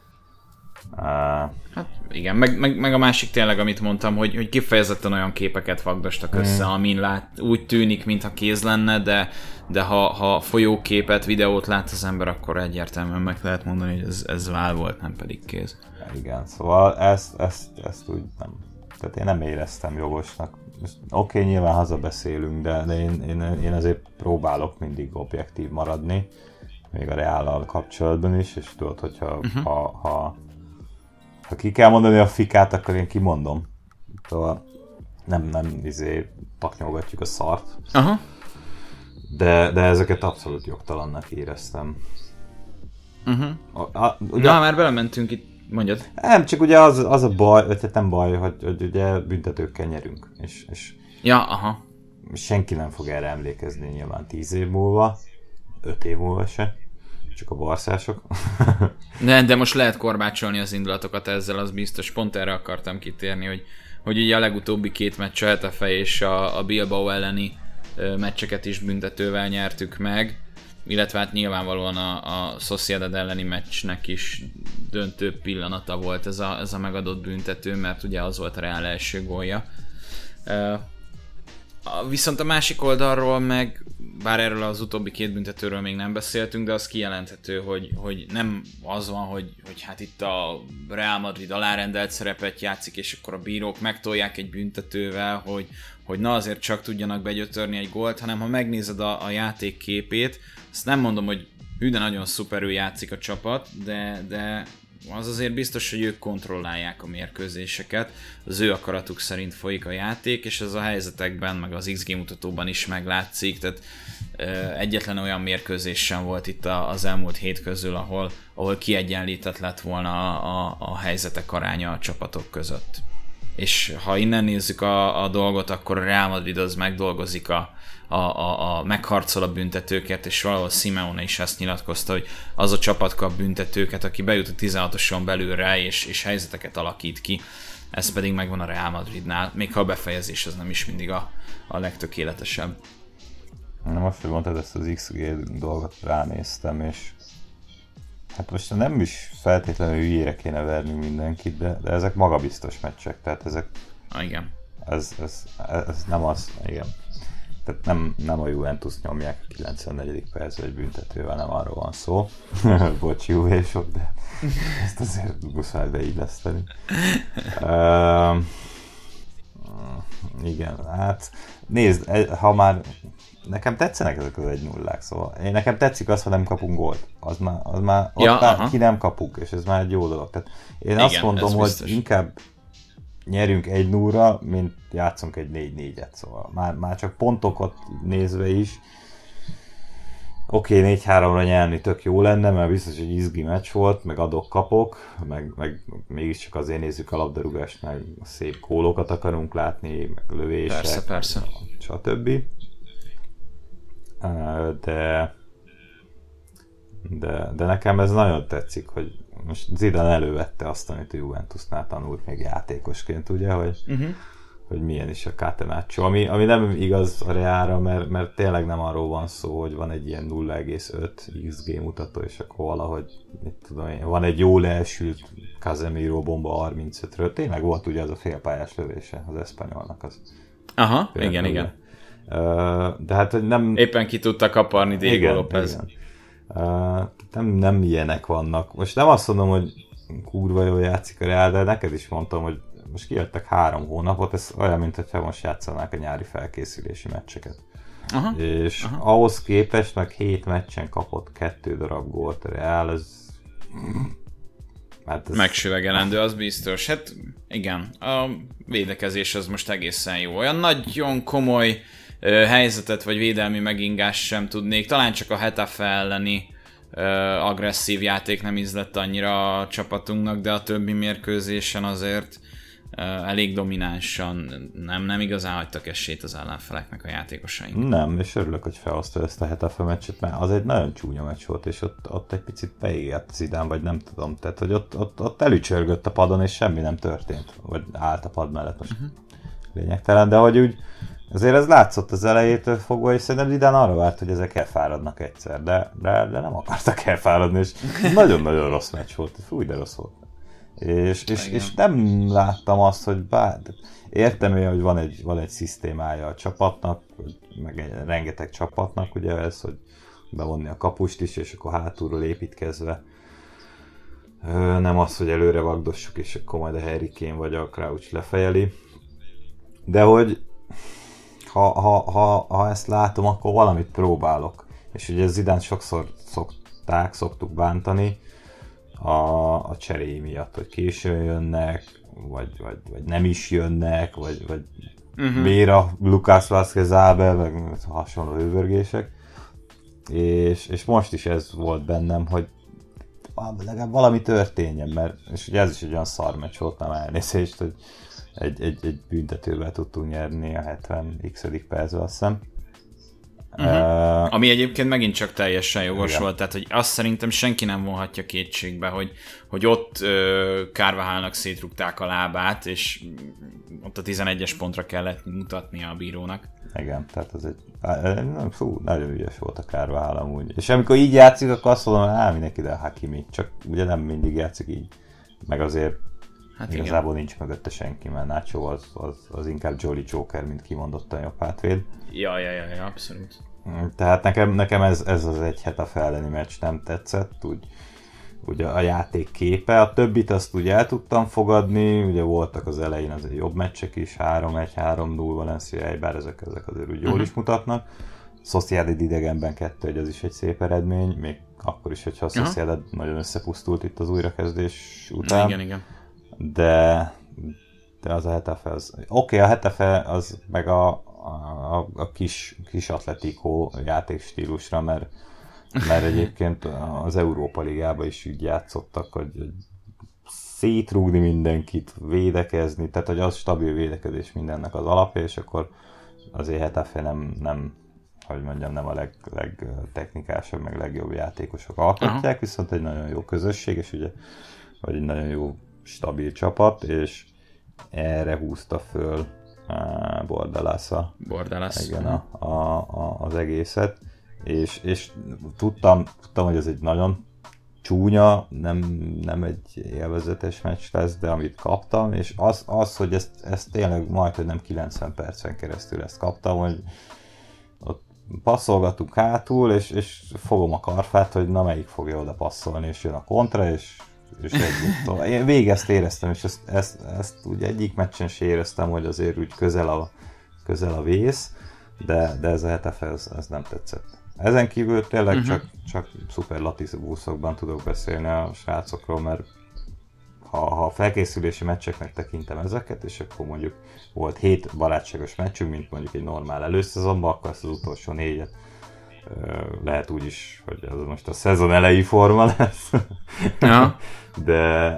Hát igen, meg a másik tényleg, amit mondtam, hogy kifejezetten olyan képeket vagdostak össze, amin úgy tűnik, mintha kéz lenne, de ha folyóképet, videót lát az ember, akkor egyértelműen meg lehet mondani, hogy ez vál volt, nem pedig kéz. Igen, szóval ezt úgy nem... Tehát én nem éreztem jogosnak. Oké, nyilván hazabeszélünk, de én azért próbálok mindig objektív maradni, még a Reállal kapcsolatban is, és tudod, hogyha ha ki kell mondani a fikát, akkor én kimondom. Szóval nem taknyolgatjuk a szart. De ezeket abszolút jogtalannak éreztem. Na, már belementünk itt. Mondjad. Nem, csak ugye az a baj, vagy nem baj, hogy ugye büntetőkkel nyerünk, és senki nem fog erre emlékezni nyilván 10 év múlva, 5 év múlva se. Csak a barszások. De most lehet korbácsolni az indulatokat ezzel, az biztos. Pont erre akartam kitérni, hogy ugye a legutóbbi 2 meccs, a Hetafe és a Bilbao elleni meccseket is büntetővel nyertük meg, illetve hát nyilvánvalóan a Sociedad elleni meccsnek is döntő pillanata volt ez a megadott büntető, mert ugye az volt a Real első gólja. Viszont a másik oldalról meg, bár erről az utóbbi 2 büntetőről még nem beszéltünk, de az kijelenthető, hogy nem az van, hogy hát itt a Real Madrid alárendelt szerepet játszik, és akkor a bírók megtolják egy büntetővel, hogy na azért csak tudjanak begyötörni egy gólt, hanem ha megnézed a játék képét, azt nem mondom, hogy hű, de nagyon szuperül játszik a csapat, de az azért biztos, hogy ők kontrollálják a mérkőzéseket, az ő akaratuk szerint folyik a játék, és ez a helyzetekben, meg az XG mutatóban is meglátszik, tehát egyetlen olyan mérkőzés sem volt itt az elmúlt hét közül, ahol kiegyenlített lett volna a helyzetek aránya a csapatok között. És ha innen nézzük a dolgot, akkor a Real Madrid az megdolgozik megharcol a büntetőket, és valahol Simeone is ezt nyilatkozta, hogy az a csapat kap büntetőket, aki bejut a 16-oson belülre, és helyzeteket alakít ki. Ez pedig megvan a Real Madridnál, még ha a befejezés az nem is mindig a legtökéletesebb. Na most, hogy mondtad ezt az XG dolgot, ránéztem, és hát most nem is feltétlenül hülyére kéne verni mindenkit, de ezek magabiztos meccsek, tehát ezek... Igen. Ez nem az, igen. Tehát nem a Juventus nyomják a 94. percben egy büntetővel, nem arról van szó. Bocs, Juvésok, de ezt azért muszáj beilleszteni. Igen, hát nézd, ha már nekem tetszenek ezek az 1-0-ák, szóval nekem tetszik az, ha nem kapunk gólt. Az már ott már ki nem kapunk, és ez már egy jó dolog. Tehát én igen, azt mondom, hogy inkább nyerünk 1-0-ra, mint játszunk egy 4-4-et, szóval már csak pontokat nézve is. Oké, 4-3-ra nyerni tök jó lenne, mert biztos, hogy izgi meccs volt, meg adok-kapok, meg mégiscsak azért nézzük a labdarúgást, meg szép gólokat akarunk látni, meg lövések, persze. Stb. De nekem ez nagyon tetszik, hogy most Zidane elővette azt, amit a Juventusnál tanult még játékosként, ugye, hogy milyen is a catenaccio, ami nem igaz a Realra, mert tényleg nem arról van szó, hogy van egy ilyen 0,5 XG mutató, és akkor valahogy, mit tudom én, van egy jól elsült Casemiro bomba 35-ről, tényleg volt ugye az a félpályás lövése az Espanyolnak. Aha, igen. De hát, hogy nem... Éppen ki tudta kaparni Diego López. Nem ilyenek vannak. Most nem azt mondom, hogy kurva jól játszik a Real, de neked is mondtam, hogy most kijöttek 3 hónapot, ez olyan, mintha most játszanák a nyári felkészülési meccseket. És ahhoz képest meg 7 meccsen kapott 2 darab gólt a Real, ez megsüvegelendő, az biztos. Hát igen, a védekezés az most egészen jó. Olyan nagyon komoly helyzetet vagy védelmi megingás sem tudnék. Talán csak a Hetafe elleni agresszív játék nem ízlett annyira a csapatunknak, de a többi mérkőzésen azért elég dominánsan nem igazán hagytak esélyt az ellenfeleknek a játékosaink. Nem, és örülök, hogy felhozta ezt a Hetafe meccset, mert az egy nagyon csúnya meccs volt, és ott egy picit beégett Zidane, vagy nem tudom, tehát hogy ott elücsörgött a padon, és semmi nem történt, vagy állt a pad mellett, most lényegtelen, de hogy úgy azért ez látszott az elejétől fogva, és szerintem Zidane arra várt, hogy ezek elfáradnak egyszer, de nem akartak elfáradni, és nagyon-nagyon rossz meccs volt, fúj, de rossz volt. És nem láttam azt, hogy értem, hogy van egy szisztémája a csapatnak, meg rengeteg csapatnak, ugye ez, hogy bevonni a kapust is, és akkor hátulról építkezve. Nem az, hogy előre vagdossuk, és akkor majd a Harry Kane vagy a Crouch lefejeli. De hogy ha ezt látom, akkor valamit próbálok. És ugye Zidane sokszor szoktuk bántani a cseréi miatt, hogy későn jönnek, vagy nem is jönnek, vagy miért a Lucas Vázquez Ábel, meg hasonló hővörgések. És most is ez volt bennem, hogy legalább valami történjen, mert és ugye ez is egy olyan szar meccs volt, nem elnézést, hogy egy büntetővel tudtunk nyerni a 70x percben, azt hiszem. Ami egyébként megint csak teljesen jogos igen. volt, tehát hogy azt szerintem senki nem vonhatja kétségbe, hogy ott Carvajalnak szétrugták a lábát, és ott a 11-es pontra kellett mutatnia a bírónak. Igen, tehát ez nagyon ügyes volt a Carvajal amúgy. És amikor így játszik, akkor azt mondom, hogy mindenki ide a Hakimi, csak ugye nem mindig játszik így. Meg azért igazából igen. Nincs mögötte senki, mert Nacho az inkább Jolly Joker, mint kimondottan jobb hátvéd. Ja, abszolút. Tehát nekem ez az egy Getafe elleni meccs nem tetszett, úgy a játék képe. A többit azt úgy el tudtam fogadni, ugye voltak az elején azért jobb meccsek is, 3-1, 3-0 Valencia, bár ezek azért úgy jól is mutatnak. Sociedad idegenben 2-1, az is egy szép eredmény, még akkor is, hogyha a Sociedad nagyon összepusztult itt az újrakezdés után. Igen. De az a Getafe az... Oké, a Getafe az meg a kis atletikó játékstílusra, mert egyébként az Európa Ligában is úgy játszottak, hogy szétrúgni mindenkit, védekezni, tehát hogy az stabil védekezés mindennek az alapja, és akkor azért Getafe nem hogy mondjam, nem a legtechnikásabb, meg legjobb játékosok alkotják, viszont egy nagyon jó közösség, és ugye vagy egy nagyon jó stabil csapat, és erre húzta föl Bordalas igen, az egészet, és tudtam, hogy ez egy nagyon csúnya, nem egy élvezetes meccs lesz, de amit kaptam, és az hogy ezt tényleg majd, hogy nem 90 percen keresztül ezt kaptam, hogy ott passzolgatunk hátul, és fogom a karfát, hogy na melyik fogja oda passzolni, és jön a kontra, és én végig ezt éreztem, és ezt úgy egyik meccsen se éreztem, hogy azért úgy közel a vész, de ez a Getafe, ez nem tetszett. Ezen kívül tényleg csak szuperlatívuszokban tudok beszélni a srácokról, mert ha a felkészülési meccseknek tekintem ezeket, és akkor mondjuk volt 7 barátságos meccsünk, mint mondjuk egy normál előszezonban, akkor ezt az utolsó 4-et lehet úgy is, hogy ez most a szezon elejé forma lesz. Ja. de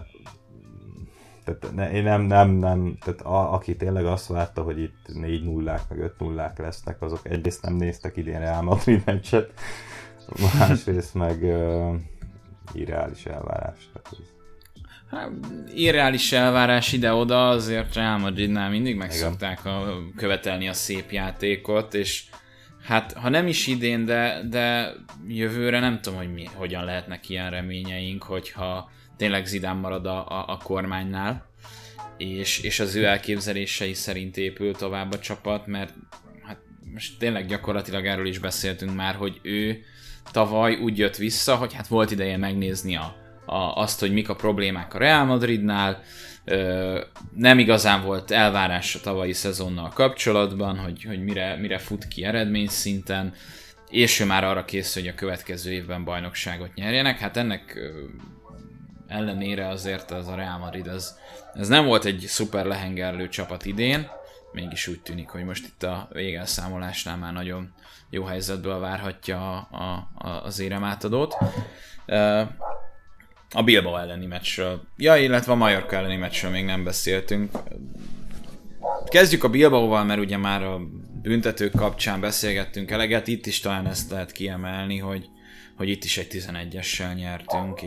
tehát én nem, tehát aki tényleg azt várta, hogy itt 4-0-ák, meg 5-0-ák lesznek, azok egyrészt nem néztek idén Real Madrid meccset, másrészt meg irreális elvárás. Irreális elvárás ide-oda, azért Real Madridnál mindig megszokták követelni a szép játékot, és hát, ha nem is idén, de jövőre nem tudom, hogy hogyan lehetnek ilyen reményeink, hogyha tényleg Zidane marad a kormánynál, és az ő elképzelései szerint épül tovább a csapat, mert hát most tényleg gyakorlatilag erről is beszéltünk már, hogy ő tavaly úgy jött vissza, hogy hát volt ideje megnézni azt, hogy mik a problémák a Real Madridnál, nem igazán volt elvárás a tavalyi szezonnal kapcsolatban, hogy mire fut ki eredményszinten, és ő már arra készül, hogy a következő évben bajnokságot nyerjenek. Hát ennek ellenére azért az a Real Madrid ez nem volt egy szuper lehengerlő csapat idén, mégis úgy tűnik, hogy most itt a végelszámolásnál már nagyon jó helyzetből várhatja az éremátadót. A Bilbao elleni meccsről. Illetve a Mallorca elleni meccsről még nem beszéltünk. Kezdjük a Bilbaóval, mert ugye már a büntetők kapcsán beszélgettünk eleget. Itt is talán ezt lehet kiemelni, hogy itt is egy 11-essel nyertünk,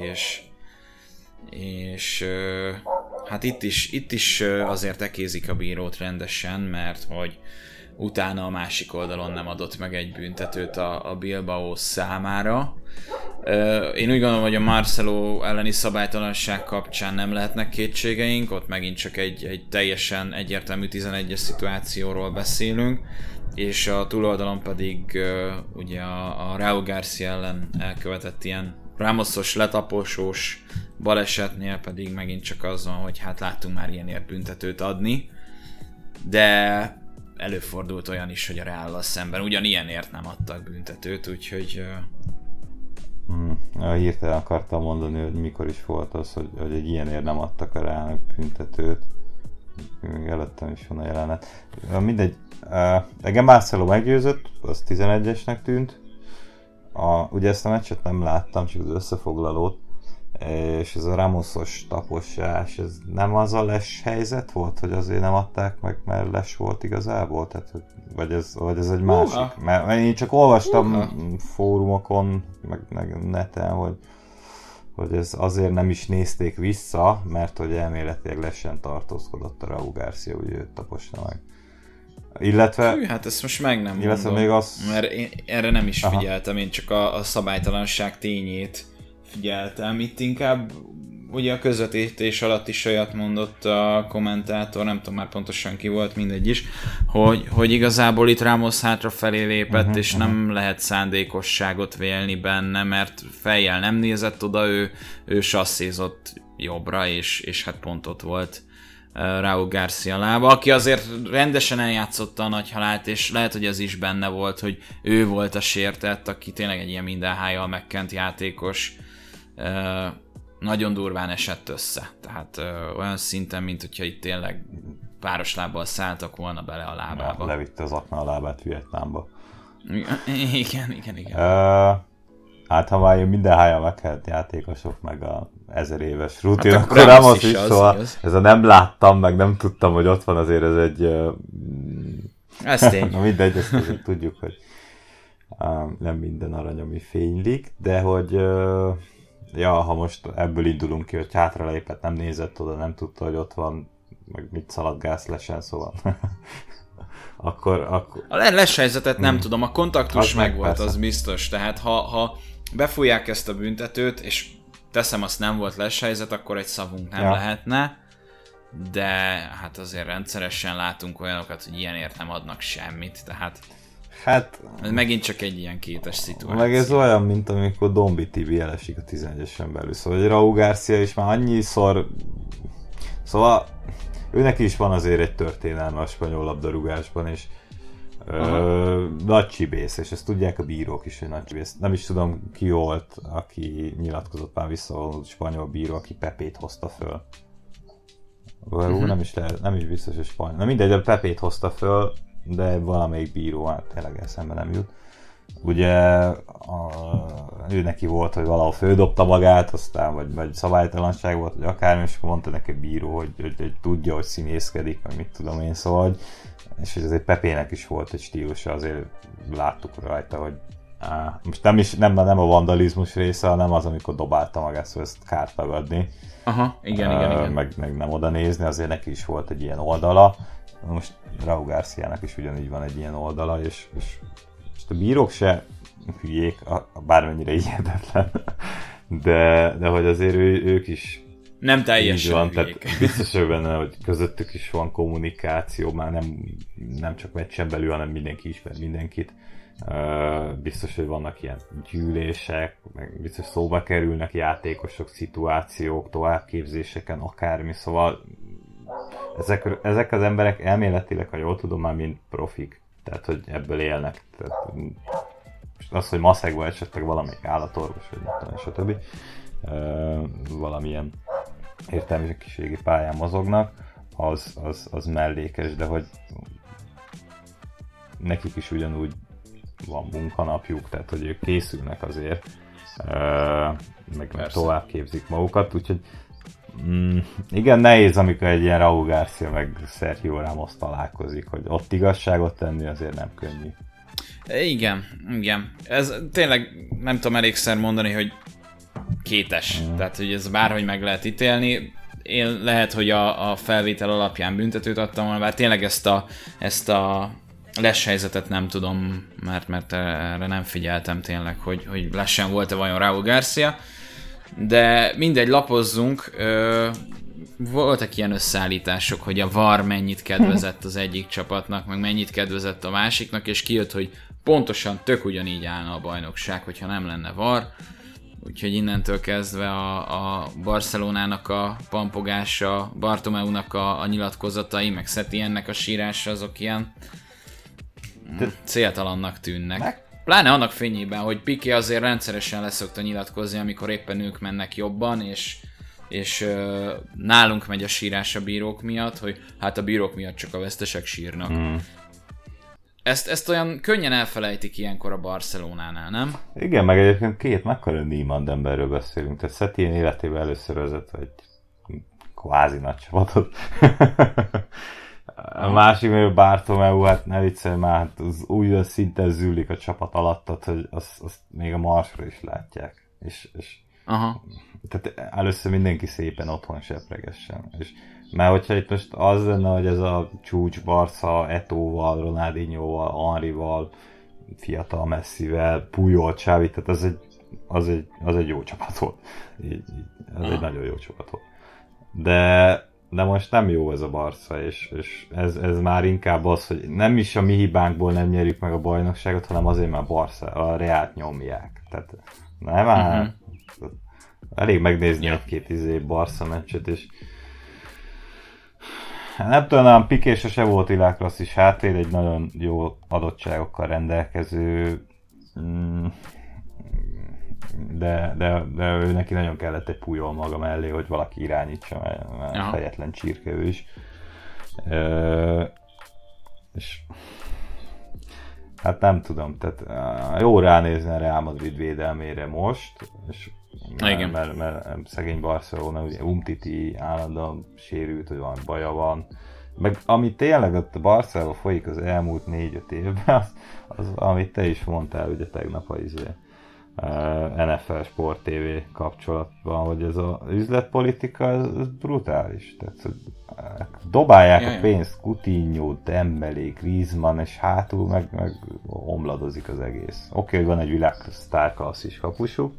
és hát itt is azért ekézik a bírót rendesen, mert hogy utána a másik oldalon nem adott meg egy büntetőt a Bilbao számára. Én úgy gondolom, hogy a Marcelo elleni szabálytalanság kapcsán nem lehetnek kétségeink, ott megint csak egy teljesen egyértelmű 11-es szituációról beszélünk, és a túloldalon pedig ugye a Raúl García ellen elkövetett ilyen Ramosos, letaposós balesetnél pedig megint csak az van, hogy hát láttunk már ilyenért büntetőt adni, de előfordult olyan is, hogy a Reállal szemben ugyanilyenért nem adtak büntetőt, úgyhogy... Hirtelen akartam mondani, hogy mikor is volt az, hogy egy ilyenért nem adtak a Reálnak büntetőt. Még előttem is van a jelenet. Mindegy, engem Marcelo meggyőzött, az 11-esnek tűnt. Ugye ezt a meccset nem láttam, csak az összefoglalót. és ez a Ramosos taposás, ez nem az a Les helyzet volt, hogy azért nem adták meg, mert Les volt igazából? Tehát, vagy ez egy másik? Mert én csak olvastam fórumokon, meg neten, hogy ez azért nem is nézték vissza, mert hogy elméletileg Lesen tartózkodott a Raúl Garcia, úgy őt taposna meg. Illetve... Hű, hát ezt most meg nem mondom, még mert én erre nem is figyeltem, én csak a szabálytalanság tényét figyeltem. Itt inkább ugye a közvetítés alatt is olyat mondott a kommentátor, nem tudom már pontosan ki volt, mindegy is, hogy igazából itt Ramos hátrafelé lépett, és nem lehet szándékosságot vélni benne, mert fejjel nem nézett oda, ő sasszézott jobbra, és hát pont ott volt Raúl Garcia lába, aki azért rendesen eljátszotta a nagy halált, és lehet, hogy ez is benne volt, hogy ő volt a sértett, aki tényleg egy ilyen mindenhájjal megkent játékos, nagyon durván esett össze. Tehát olyan szinten, mint hogyha itt tényleg páros lábbal szálltak volna bele a lábába. Levitte az akna a lábát Vietnámba. Igen. Hát ha már minden hájjal megkent játékosok, meg a 1000 éves rutin, hát akkor Ramos is, szóval ez a nem láttam, meg nem tudtam, hogy ott van, azért ez egy... Ez tény. Na mindegy, ezt azért tudjuk, hogy nem minden arany, ami fénylik, de hogy ha most ebből indulunk ki, hogy hátralépett, nem nézett oda, nem tudta, hogy ott van, meg mit szaladgálsz Lesen, szóval... akkor... A Les helyzetet nem tudom, a kontaktus meg volt, az biztos, tehát ha befújják ezt a büntetőt, és teszem, azt nem volt Les helyzet, akkor egy szavunk nem lehetne, de hát azért rendszeresen látunk olyanokat, hogy ilyenért nem adnak semmit, tehát hát ez megint csak egy ilyen kétes szituáció. Meg ez olyan, mint amikor Dombi Tibi elesik a 11-esen belül, szóval hogy Raúl Garcia is már annyiszor, szóval őnek is van azért egy történelme a spanyol labdarúgásban, és nagy csibész, és ezt tudják a bírók is, hogy nagy csibész. Nem is tudom ki volt, aki nyilatkozott már visszavonult spanyol bíró, aki Pepét hozta föl. Nem is biztos, hogy spanyol. Na mindegy, a Pepét hozta föl, de valamelyik bíró, hát tényleg eszembe nem jut. Ugye ő neki volt, hogy valahol földobta magát, aztán vagy szabálytalanság volt, vagy akármi, és mondta neki a bíró, hogy tudja, hogy színészkedik, meg mit tudom én, szóval, és azért Pepének is volt egy stílusa, azért láttuk rajta, hogy most nem a vandalizmus része, hanem az, amikor dobálta magát, szóval ezt kár tagadni. Aha, igen. Meg nem oda nézni, azért neki is volt egy ilyen oldala. Most Raúl Garciának is ugyanígy van egy ilyen oldala, és a bírók se hülyék, bármennyire hihetetlen, de hogy azért ők is nem teljesen van, tehát biztos hogy benne, hogy közöttük is van kommunikáció, már nem csak meccsen belül, hanem mindenki ismer mindenkit. Biztos, hogy vannak ilyen gyűlések, meg biztos szóba kerülnek játékosok, szituációk, továbbképzéseken, akármi, szóval ezek az emberek elméletileg, ha jól tudom, már mind profik, tehát hogy ebből élnek. Tehát, az, hogy maszekban esetleg valamelyik állatorvos, vagy stb. Valamilyen értelmiségi pályán mozognak, az mellékes, de hogy nekik is ugyanúgy van munkanapjuk, tehát hogy ők készülnek azért, meg tovább képzik magukat, úgyhogy igen, nehéz, amikor egy ilyen Raúl Garcia meg Sergio Ramos találkozik, hogy ott igazságot tenni azért nem könnyű. Igen. Ez tényleg nem tudom elégszer mondani, hogy kétes. Tehát, hogy ez bárhogy meg lehet ítélni. Én lehet, hogy a felvétel alapján büntetőt adtam volna, bár tényleg ezt a Les helyzetet nem tudom, mert erre nem figyeltem tényleg, hogy Lesen volt-e vajon Raúl Garcia. De mindegy, lapozzunk. Voltak ilyen összeállítások, hogy a VAR mennyit kedvezett az egyik csapatnak, meg mennyit kedvezett a másiknak, és kijött, hogy pontosan tök ugyanígy állna a bajnokság, hogyha nem lenne VAR. Úgyhogy innentől kezdve a Barcelonának a pampogása, Bartomeunak a nyilatkozatai, meg Setiennek a sírása, azok ilyen céltalannak tűnnek. Pláne annak fényében, hogy Piqué azért rendszeresen leszokta nyilatkozni, amikor éppen ők mennek jobban, és nálunk megy a sírás a bírók miatt, hogy hát a bírók miatt csak a vesztesek sírnak. ezt olyan könnyen elfelejtik ilyenkor a Barcelonánál, nem? Igen, meg egyébként két mekkora Niemand emberről beszélünk, tehát Setien életében először vezet egy kvázi nagy csapatot. A másik, hogy Bartomeu, hát ne viccelj már, hát az úgy szinten zűlik a csapat alattat, hogy azt még a Marsra is látják. És Aha. tehát először mindenki szépen otthon sepregessen. És mert hogyha itt most az lenne, hogy ez a csúcs Barca Eto'val, Ronaldinhoval, Henryval, fiatal Messivel, Puyol, Xavi, tehát az egy jó csapat volt. Ez egy nagyon jó csapat volt. De most nem jó ez a Barca, és ez már inkább az, hogy nem is a mi hibánkból nem nyerjük meg a bajnokságot, hanem azért, mert a Reált nyomják. Tehát nem már elég megnézni egy-két Barca meccset, és nem tudom, Piqué sose volt világklasszis hátvéd, egy nagyon jó adottságokkal rendelkező, de ő neki nagyon kellett egy Puyol maga mellé, hogy valaki irányítsa, mert fejetlen csirke ő is. És hát nem tudom, tehát jó ránézni a Real Madrid védelmére most, és mert szegény Barcelona, ugye Umtiti állandóan sérült, hogy valami baja van. Meg ami tényleg ott a Barcelona folyik az elmúlt 4-5 évben, az amit te is mondtál ugye tegnap az NFL Sport TV kapcsolatban, hogy ez az üzletpolitika, ez brutális. Tehát, hogy dobálják a pénzt, Coutinho, Dembélé, Griezmann, és hátul meg omladozik az egész. Oké, hogy van egy világsztárklasszis kapusuk,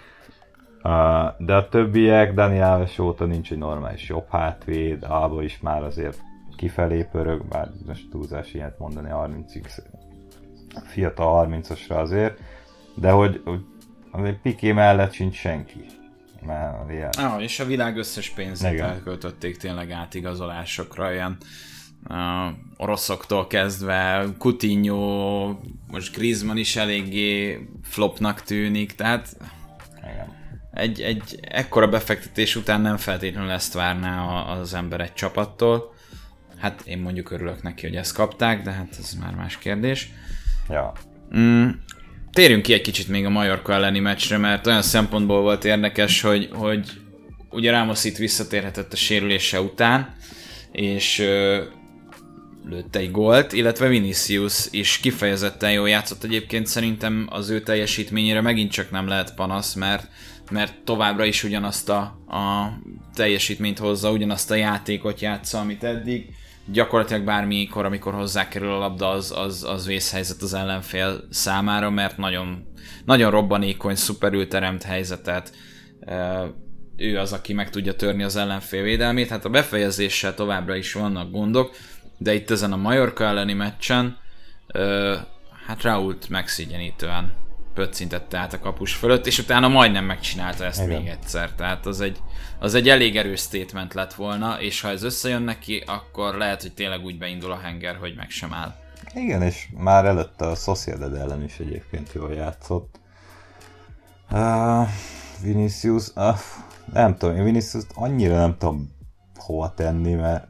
de a többiek, Dani Alves óta nincs egy normális jobb hátvéd, Alba is már azért kifelé pörög, bár most túlzás ilyet mondani 30-ig, fiatal 30-asra azért, de hogy Piqué mellett sincs senki. És a világ összes pénzét elköltötték tényleg átigazolásokra, ilyen oroszoktól kezdve, Coutinho, most Griezmann is eléggé flopnak tűnik, tehát egy ekkora befektetés után nem feltétlenül ezt várná az ember egy csapattól. Hát én mondjuk örülök neki, hogy ezt kapták, de hát ez már más kérdés. Ja. Térjünk ki egy kicsit még a Mallorca elleni meccsre, mert olyan szempontból volt érdekes, hogy ugye Ramos itt visszatérhetett a sérülése után, és lőtt egy gólt, illetve Vinicius is kifejezetten jól játszott. Egyébként szerintem az ő teljesítményére megint csak nem lehet panasz, mert továbbra is ugyanazt a teljesítményt hozza, ugyanazt a játékot játsza, amit eddig. Gyakorlatilag bármikor, amikor hozzákerül a labda, az vészhelyzet az ellenfél számára, mert nagyon, nagyon robbanékony, szuperül teremt helyzetet. Ő az, aki meg tudja törni az ellenfél védelmét. Hát a befejezéssel továbbra is vannak gondok, de itt ezen a Mallorca elleni meccsen hát Raúlt megszigyenítően pöccintette át a kapus fölött, és utána majdnem megcsinálta ezt még egyszer. Tehát az egy elég erős statement lett volna, és ha ez összejön neki, akkor lehet, hogy tényleg úgy beindul a henger, hogy meg sem áll. Igen, és már előtte a Sociedad ellen is egyébként jól játszott. Vinicius, nem tudom, én Vinicius annyira nem tudom hova tenni, mert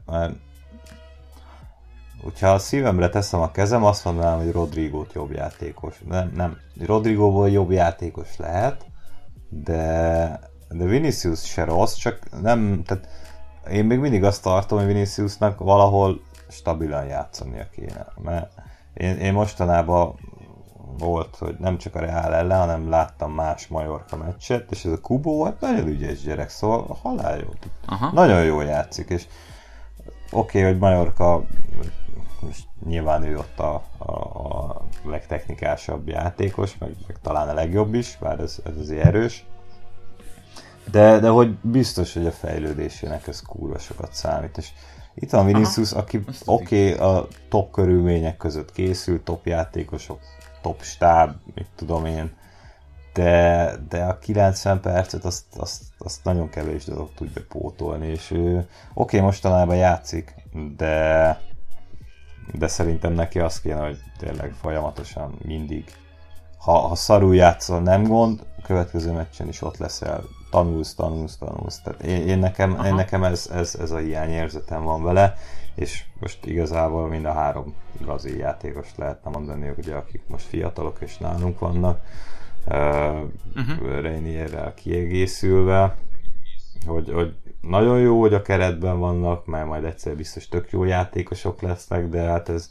hogyha a szívemre teszem a kezem, azt mondanám, hogy Rodrigót jobb játékos. Nem. Rodrigóból jobb játékos lehet, de Vinicius se rossz, csak nem, tehát én még mindig azt tartom, hogy Viniciusnak valahol stabilan játszania kéne. Mert én mostanában volt, hogy nem csak a Real ellen, hanem láttam más Mallorca meccset, és ez a Kubo volt nagyon ügyes gyerek, szóval halál jó. Nagyon jól játszik, és oké, hogy Mallorca nyilván ő ott a legtechnikásabb játékos, meg talán a legjobb is, bár ez azért erős. De hogy biztos, hogy a fejlődésének ez kurva sokat számít. És itt van Vinicius, aki a top körülmények között készül, top játékosok, top stáb, mit tudom én, de a 90 percet azt nagyon kevés dolog tudja pótolni, és ő mostanában játszik, de szerintem neki az kéne, hogy tényleg folyamatosan mindig, ha szarul játszol nem gond, következő meccsen is ott leszel, tanulsz. Tehát én nekem ez a hiányérzetem van vele, és most igazából mind a 3 brazil játékost lehetne mondani, ugye, akik most fiatalok és nálunk vannak, Reinierrel kiegészülve, hogy nagyon jó, hogy a keretben vannak, mert majd egyszer biztos tök jó játékosok lesznek, de hát ez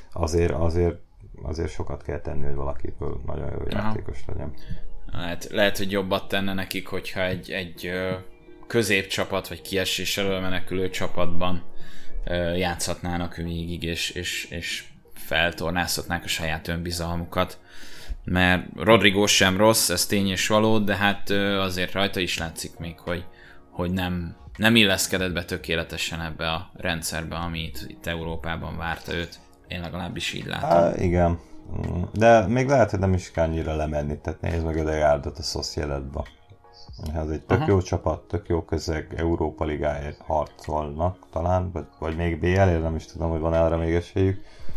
azért sokat kell tenni, hogy valakiből nagyon jó játékos legyen. Lehet, hogy jobbat tenne nekik, hogyha egy középcsapat, vagy kiesés elől menekülő csapatban játszhatnának végig, és feltornázhatnák a saját önbizalmukat. Mert Rodrigo sem rossz, ez tény és való, de hát azért rajta is látszik még, hogy nem illeszkedett be tökéletesen ebbe a rendszerbe, ami itt Európában várta őt. Én legalábbis így látom. Igen, de még lehet, hogy nem is kell annyira lemenni, tehát nézd meg Ödegaardot a Sociedadba. Ez egy tök jó csapat, tök jó közeg, Európa Ligáért harcolnak talán, vagy még BL-ért, nem is tudom, hogy van arra még esélyük.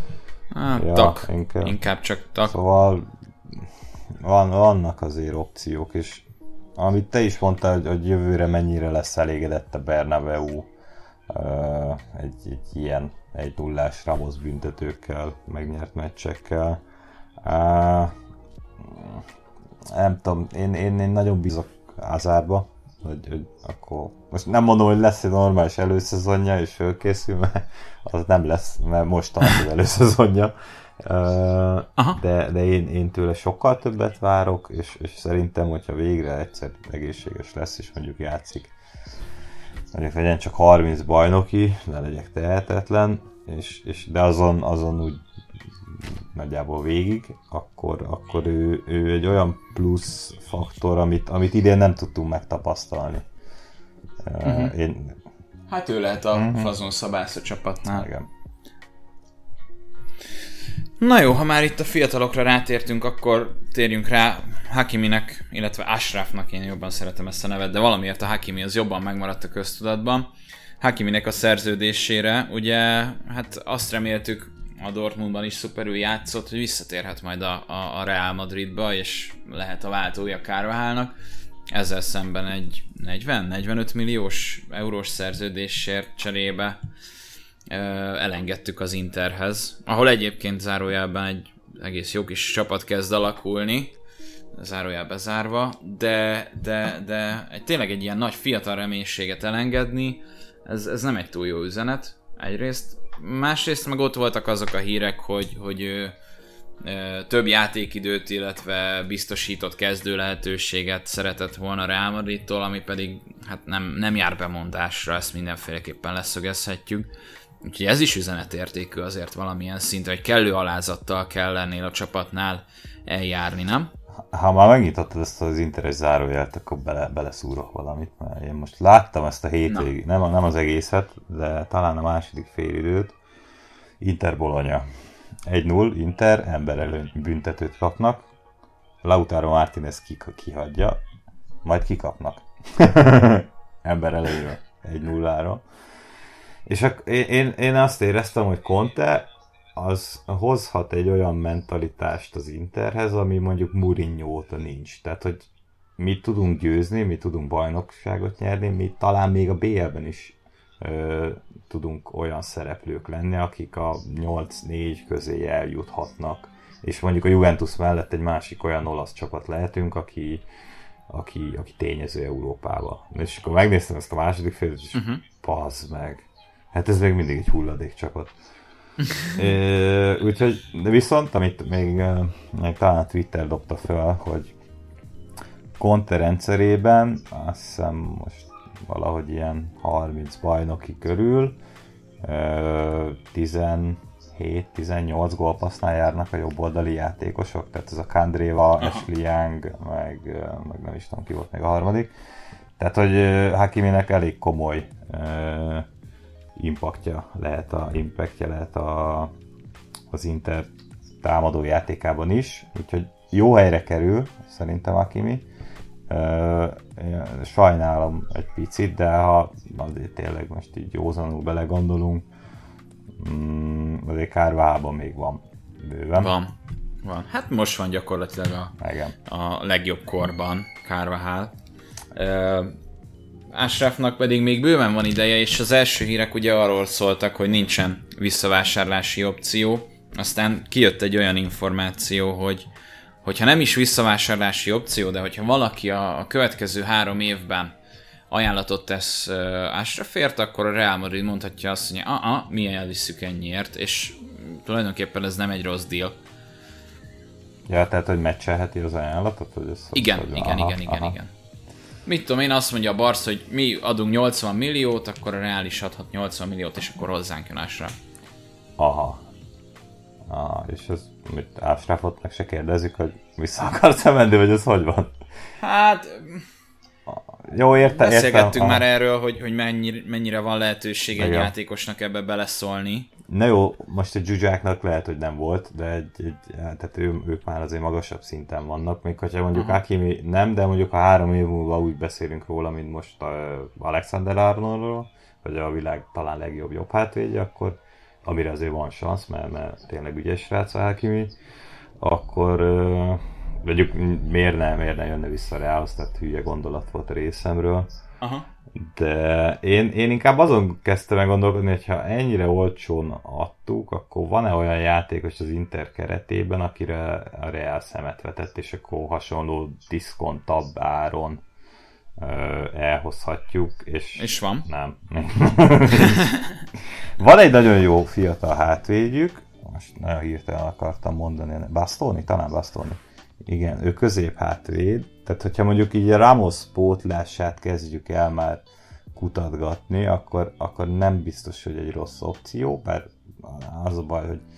Inkább csak tak. Szóval vannak azért opciók, és amit te is mondtál, hogy jövőre mennyire lesz elégedett a Bernabeu egy ilyen 1-0-ás Ramos büntetőkkel, megnyert meccsekkel. Nem tudom, én nagyon bízok Hazardba, hogy akkor most nem mondom, hogy lesz egy normális előszezonja és fölkészül, mert az nem lesz, mert most tart az előszezonja. De én tőle sokkal többet várok, és szerintem, hogyha végre egyszer egészséges lesz, és mondjuk játszik, mondjuk legyen csak 30 bajnoki, ne legyek tehetetlen, de azon úgy nagyjából végig, akkor ő egy olyan plusz faktor, amit idén nem tudtunk megtapasztalni. Hát ő lehet a fazonszabász a csapatnál. Igen. Na jó, ha már itt a fiatalokra rátértünk, akkor térjünk rá Hakiminek, illetve Ashrafnak, én jobban szeretem ezt a nevet, de valamiért a Hakimi az jobban megmaradt a köztudatban. Hakiminek a szerződésére, ugye, hát azt reméltük, a Dortmundban is szuperül játszott, hogy visszatérhet majd a Real Madridba, és lehet a váltója Carvajalnak. Ezzel szemben egy 40-45 milliós eurós szerződésért cserébe elengedtük az Interhez, ahol egyébként zárójelben egy egész jó kis csapat kezd alakulni, zárójel bezárva, de tényleg egy ilyen nagy fiatal reménységet elengedni, ez nem egy túl jó üzenet, egyrészt. Másrészt meg ott voltak azok a hírek, hogy ő több játékidőt, illetve biztosított kezdő lehetőséget szeretett volna Real Madridtól, ami pedig hát nem jár bemondásra, ezt mindenféleképpen leszögezhetjük. Úgyhogy ez is üzenetértékű azért valamilyen szinten, hogy kellő alázattal kell ennél a csapatnál eljárni, nem? Ha már megnyitottad ezt az Interes zárójelt, akkor beleszúrok valamit, mert én most láttam ezt a hétvégig, nem az egészet, de talán a második félidőt. Inter Bologna. 1-0, Inter, emberelőny büntetőt kapnak, Lautaro Martínez kihagyja, majd kikapnak. Emberelőnyről 1-0-ra. És én azt éreztem, hogy Conte az hozhat egy olyan mentalitást az Interhez, ami mondjuk Mourinho óta nincs. Tehát, hogy mi tudunk győzni, mi tudunk bajnokságot nyerni, mi talán még a BL-ben is tudunk olyan szereplők lenni, akik a 8-4 közé eljuthatnak. És mondjuk a Juventus mellett egy másik olyan olasz csapat lehetünk, aki tényező Európába. És akkor megnéztem ezt a második félet, és pazd meg. Hát ez még mindig egy hulladék csapat. Úgyhogy, de viszont, amit még talán a Twitter dobta fel, hogy Conte rendszerében, azt hiszem most valahogy ilyen 30 bajnoki körül, 17-18 gólpassznál járnak a jobboldali játékosok, tehát ez a Kandreva, Ashley Young, meg nem is tudom ki volt még a harmadik. Tehát, hogy Hakiminek elég komoly impactja lehet az Inter támadó játékában is, úgyhogy jó helyre kerül szerintem Hakimi. Sajnálom egy picit, de ha azért tényleg most így józanul belegondolunk, azért Carvajálban még van bőven. van. Hát most van gyakorlatilag a legjobb korban Carvajal. Ashrafnak pedig még bőven van ideje, és az első hírek ugye arról szóltak, hogy nincsen visszavásárlási opció. Aztán kijött egy olyan információ, hogyha nem is visszavásárlási opció, de hogyha valaki a következő 3 évben ajánlatot tesz Ashrafért, akkor a Real Madrid mondhatja azt, hogy mi elvisszük ennyiért, és tulajdonképpen ez nem egy rossz deal. Ja, tehát, hogy meccselheti az ajánlatot? Hogy ez Igen. Mit tudom én, azt mondja a Barca, hogy mi adunk 80 milliót, akkor a Real is adhat 80 milliót, és akkor hozzánk jön Ashraf. Aha. És ez Ashrafot meg se kérdezik, hogy vissza akarsz-e menni, vagy ez hogy van? Hát... Jó, értem. Beszélgettünk már erről, hogy mennyire van lehetőség egy játékosnak ebbe beleszólni. Na jó, most a Zsuzsáknak lehet, hogy nem volt, de tehát ők már azért magasabb szinten vannak, még hogyha mondjuk Hakimi nem, de mondjuk a 3 év múlva úgy beszélünk róla, mint most Alexander Arnoldról, hogy a világ talán legjobb jobb hátvédje, akkor amire azért van szansz, mert tényleg ügyes srác a Hakimi, akkor mondjuk miért ne jönne vissza Reálhoz, tehát hülye gondolat volt a részemről. Aha. De én inkább azon kezdtem meg gondolkodni, hogy ha ennyire olcsón adtuk, akkor van-e olyan játékos az Inter keretében, akire a Real szemet vetett, és akkor hasonló diszkontabb áron elhozhatjuk. És van? Nem. Van egy nagyon jó fiatal hátvédjük, most nagyon hirtelen akartam mondani, Bastoni? Talán Bastoni. Igen, ő középhátvéd, tehát hogyha mondjuk így a Ramos pótlását kezdjük el már kutatgatni, akkor nem biztos, hogy egy rossz opció, bár az a baj, hogy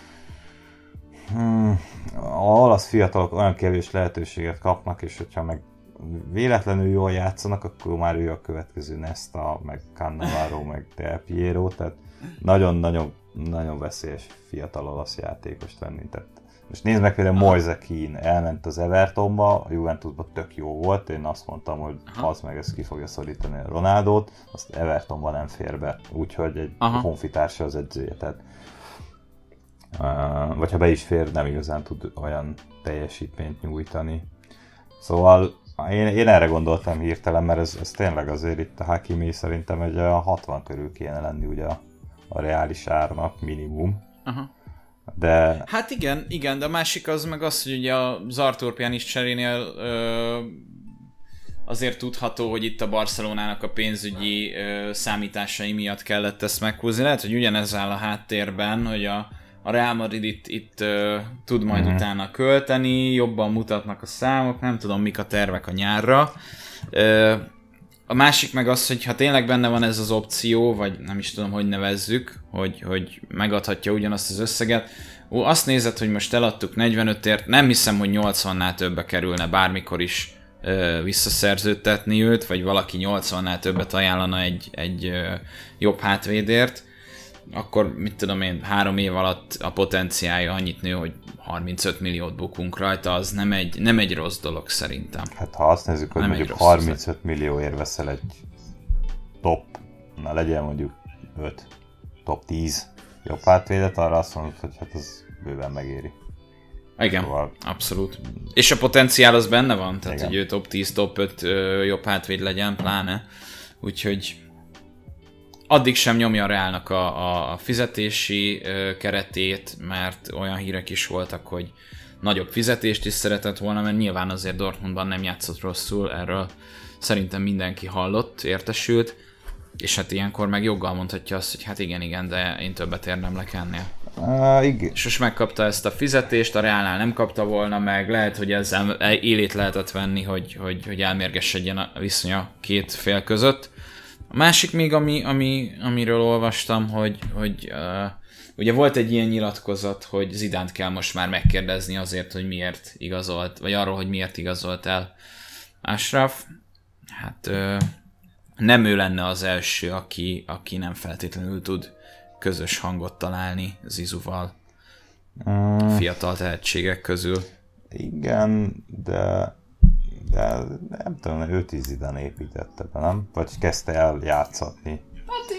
a olasz fiatalok olyan kevés lehetőséget kapnak, és hogyha meg véletlenül jól játszanak, akkor már ő a következő Nesta, meg Cannavaro, meg Del Piero, tehát nagyon veszélyes fiatal olasz játékost venni, tehát most nézd meg például Moise Kean, elment az Evertonba, a Juventusban tök jó volt, én azt mondtam, hogy az meg ezt ki fogja szorítani a Ronaldót, azt Evertonban nem fér be, úgyhogy egy honfitársa az edzője, tehát vagy ha be is fér, nem igazán tud olyan teljesítményt nyújtani. Szóval én erre gondoltam hirtelen, mert ez tényleg azért itt a Hakimi szerintem egy 60 körül kéne lenni ugye a reális árnak minimum. Aha. De... Hát igen, de a másik az meg az, hogy ugye az Artur Pjanic cserénél azért tudható, hogy itt a Barcelonának a pénzügyi számításai miatt kellett ezt meghúzni. Lehet, hogy ugyanez áll a háttérben, hogy a Real Madrid itt tud majd utána költeni, jobban mutatnak a számok, nem tudom mik a tervek a nyárra. A másik meg az, hogy ha tényleg benne van ez az opció, vagy nem is tudom, hogy nevezzük, hogy megadhatja ugyanazt az összeget, azt nézed, hogy most eladtuk 45-ért, nem hiszem, hogy 80-nál többbe kerülne bármikor is visszaszerződtetni őt, vagy valaki 80-nál többet ajánlana egy jobb hátvédért, akkor mit tudom én, 3 év alatt a potenciálja annyit nő, hogy 35 milliót bukunk rajta, az nem egy rossz dolog szerintem. Hát ha azt nézzük, hogy mondjuk 35 millióért veszel egy legyen mondjuk 5, top 10 jobb hátvédet, arra azt mondod, hogy hát az bőven megéri. Igen, szóval... abszolút. És a potenciál az benne van, tehát igen. Hogy ő top 10, top 5 jobb hátvéd legyen, pláne. Úgyhogy addig sem nyomja a Reálnak a fizetési keretét, mert olyan hírek is voltak, hogy nagyobb fizetést is szeretett volna, mert nyilván azért Dortmundban nem játszott rosszul, erről szerintem mindenki hallott, értesült, és hát ilyenkor meg joggal mondhatja azt, hogy hát igen, de én többet érdemlek ennél. Igen. És most megkapta ezt a fizetést, a Reálnál nem kapta volna meg, lehet, hogy ezzel élét lehetett venni, hogy elmérgesedjen a viszony a két fél között. A másik még, amiről olvastam, hogy ugye volt egy ilyen nyilatkozat, hogy Zidánt kell most már megkérdezni azért, hogy miért igazolt, vagy arról, hogy miért igazolt el Ashraf. Hát nem ő lenne az első, aki nem feltétlenül tud közös hangot találni Zizouval fiatal tehetségek közül. Igen, de nem tudom, őt is Zidane építette be, nem? Vagy kezdte el játszatni. Hát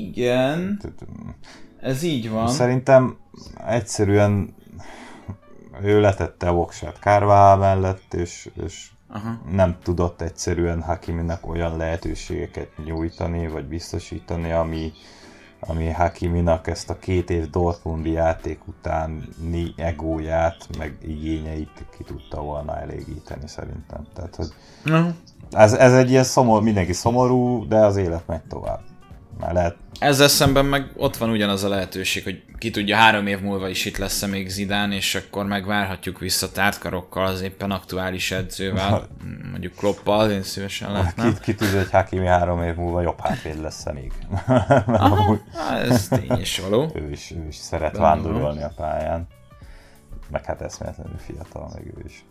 igen. Ez így van. Szerintem egyszerűen ő letette a voksát Carvajal mellett, és Aha. nem tudott egyszerűen Hakiminek olyan lehetőségeket nyújtani, vagy biztosítani, ami Hakiminak ezt a 2 év Dortmundi játék utáni egóját, meg igényeit ki tudta volna elégíteni szerintem. Tehát, hogy ez egy ilyen mindenki szomorú, de az élet megy tovább. Már lehet... Ezzel szemben meg ott van ugyanaz a lehetőség, hogy ki tudja, 3 év múlva is itt lesz még Zidane, és akkor megvárhatjuk vissza tártkarokkal az éppen aktuális edzővel, mondjuk Kloppal, én szívesen látnám. Ki tudja, hogy Hakimi 3 év múlva jobb hátvéd lesz még. Aha, ez tény is való. Ő is szeret vándorolni a pályán. Meg hát eszméletlenül fiatal, meg ő is.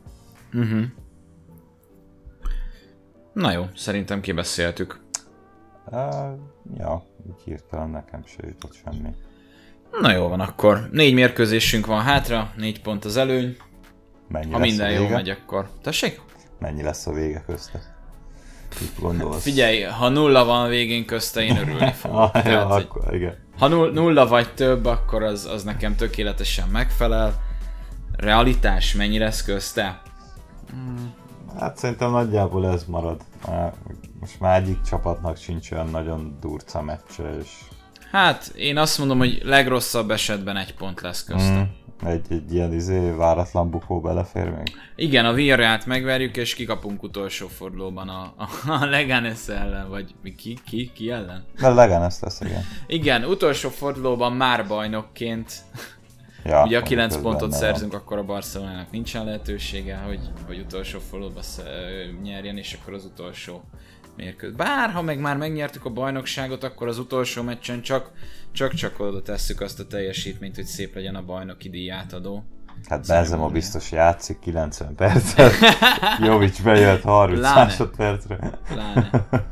Na jó, szerintem kibeszéltük. Ja, úgy hirtelen nekem se jutott semmi. Na jó van akkor. 4 mérkőzésünk van hátra, 4 pont az előny. Mennyi ha minden jó megy, akkor... Tessék? Mennyi lesz a vége közte? Mit gondolsz? Figyelj, ha 0 van a végén közte, én örülni fogok. Ja, akkor, igen. Ha 0 vagy több, akkor az nekem tökéletesen megfelel. Realitás mennyi lesz közte? Hát szerintem nagyjából ez marad. Most már egyik csapatnak sincs olyan nagyon durca meccse, és... Hát, én azt mondom, hogy legrosszabb esetben 1 pont lesz közte. Egy ilyen váratlan bukó belefér még? Igen, a Villarrealt megverjük, és kikapunk utolsó fordulóban a Leganes ellen, vagy ki ellen? De Leganes lesz, igen. Igen, utolsó fordulóban már bajnokként. Ja, ugye a 9 pontot szerzünk, akkor a Barcelonának nincsen lehetősége, hogy utolsó fordulóban nyerjen, és akkor az utolsó mérkőzés. Bár, ha meg már megnyertük a bajnokságot, akkor az utolsó meccsen csak oda tesszük azt a teljesítményt, hogy szép legyen a bajnoki díj átadó. Hát Benzema biztos játszik 90 percet, Jovic bejött 30 másodpercre. Pláne.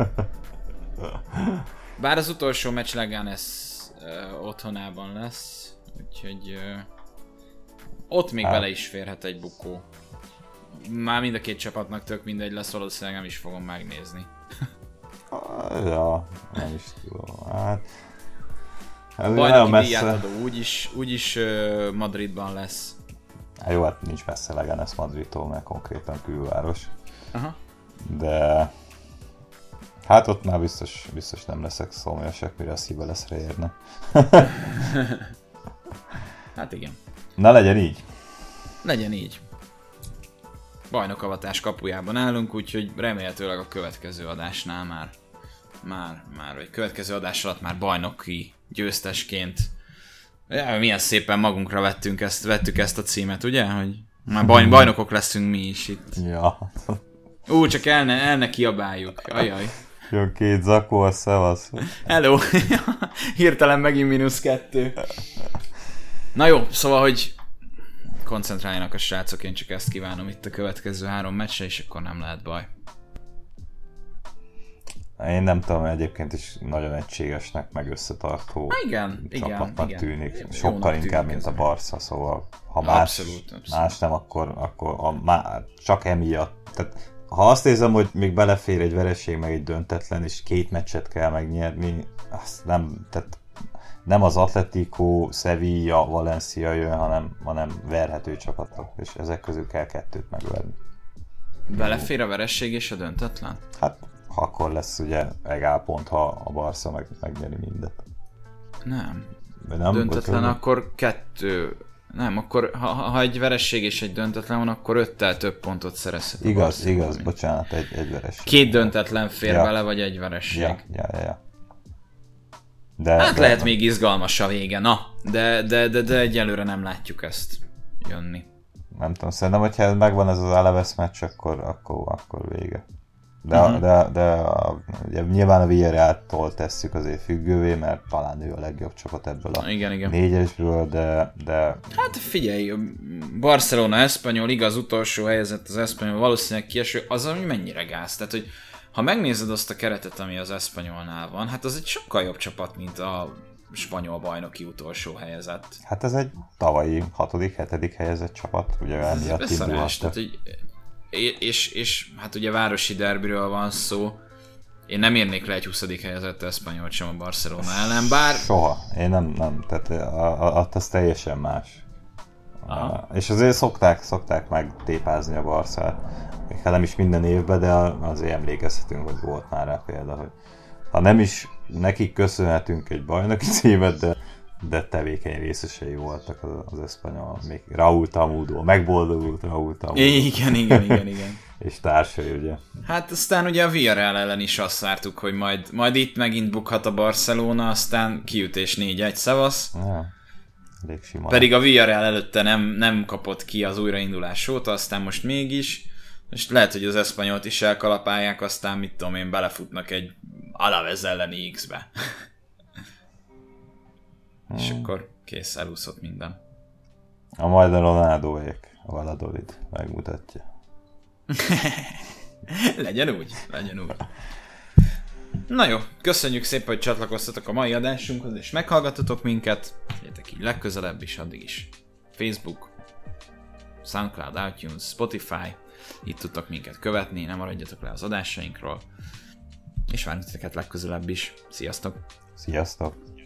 Bár az utolsó meccs Leganes otthonában lesz, úgyhogy ott még bele is férhet egy bukó. Már mind a 2 csapatnak tök mindegy lesz, valószínűleg nem is fogom megnézni. Ja, nem is tudom. Hát a bajnoki díjátadó úgyis Madridban lesz. Jó, hát nincs messze Leganes Madridtól, mert konkrétan külváros. Aha. De hát ott már biztos nem leszek szomjasak, mire a szíve leszre érne. Hát igen. Na legyen így. Legyen így. Bajnokavatás kapujában állunk, úgyhogy remélhetőleg a következő adásnál vagy következő adás alatt már bajnoki győztesként. Ja, milyen szépen magunkra vettük ezt a címet, ugye? Hogy már bajnokok leszünk mi is itt. Ja. Csak el ne kiabáljuk. Ajaj. Jön 2 zakó, szevasz. Hello. Hirtelen megint -2. Na jó, szóval, hogy koncentráljanak a srácok, én csak ezt kívánom itt a következő 3 meccsre, és akkor nem lehet baj. Én nem tudom, egyébként is nagyon egységesnek, meg összetartó csapatnak tűnik. Sokkal inkább, mint a Barca, szóval ha abszolút. Más nem, akkor csak emiatt. Tehát, ha azt érzem, hogy még belefér egy vereség, meg egy döntetlen, és 2 meccset kell megnyerni, azt nem az Atletico, Sevilla, Valencia jön, hanem verhető csapatok, és ezek közül kell 2-t megverni. Belefér a veresség és a döntetlen? Hát akkor lesz ugye egál pont, ha a Barca megnyeri mindet. Nem döntetlen, akkor 2... Nem, akkor ha egy veresség és egy döntetlen van, akkor 5-tel több pontot szerezhet. Igaz, bocsánat, egy veresség. 2 döntetlen fér bele, vagy egy veresség. Ja. Lehet még izgalmas a vége, na, de egyelőre nem látjuk ezt jönni. Nem tudom, szerintem, hogyha megvan ez az Alaves meccs, akkor vége. De ugye, nyilván a Villarreal-tól tesszük azért függővé, mert talán ő a legjobb csapat ebből a igen. 4-esből, de... Hát figyelj, Barcelona, Espanyol, igaz, utolsó helyezett az Espanyol, valószínűleg kieső, az ami mennyire gáz, tehát hogy ha megnézed azt a keretet, ami az Espanyolnál van, hát az egy sokkal jobb csapat, mint a spanyol bajnoki utolsó helyezett. Hát ez egy tavalyi 6.-7. helyezett csapat, ugye emiatt indulhattak. És hát ugye városi derbiről van szó, én nem érnék le egy 20. helyezett Espanyolt sem a Barcelona ellen, bár... Soha, én nem, tehát az teljesen más. És azért szokták megtépázni a Barszát. Hát nem is minden évben, de azért emlékezhetünk, hogy volt már rá példa, hogy ha nem is nekik köszönhetünk egy bajnoki címet, de tevékeny részesei voltak az Espanyol. Még Raúl Tamudo, megboldogult Raúl Tamudo. Igen. És társai, ugye. Hát aztán ugye a Villarreal ellen is azt vártuk, hogy majd itt megint bukhat a Barcelona, aztán kiütés 4-1 szavasz. Ja, elég sima. Pedig a Villarreal előtte nem kapott ki az újraindulás óta, aztán most mégis. Most lehet, hogy az Espanyolt is elkalapálják, aztán mit tudom én, belefutnak egy Alavez elleni X-be. És akkor kész, elúszott minden. Majd a Ronaldoék, a Valladolid megmutatja. Legyen úgy. Na jó, köszönjük szépen, hogy csatlakoztatok a mai adásunkhoz, és meghallgattatok minket. Legyetek így legközelebb is, addig is. Facebook, Soundcloud, iTunes, Spotify. Itt tudtok minket követni, nem maradjatok le az adásainkról. És várjuk titeket legközelebb is. Sziasztok! Sziasztok!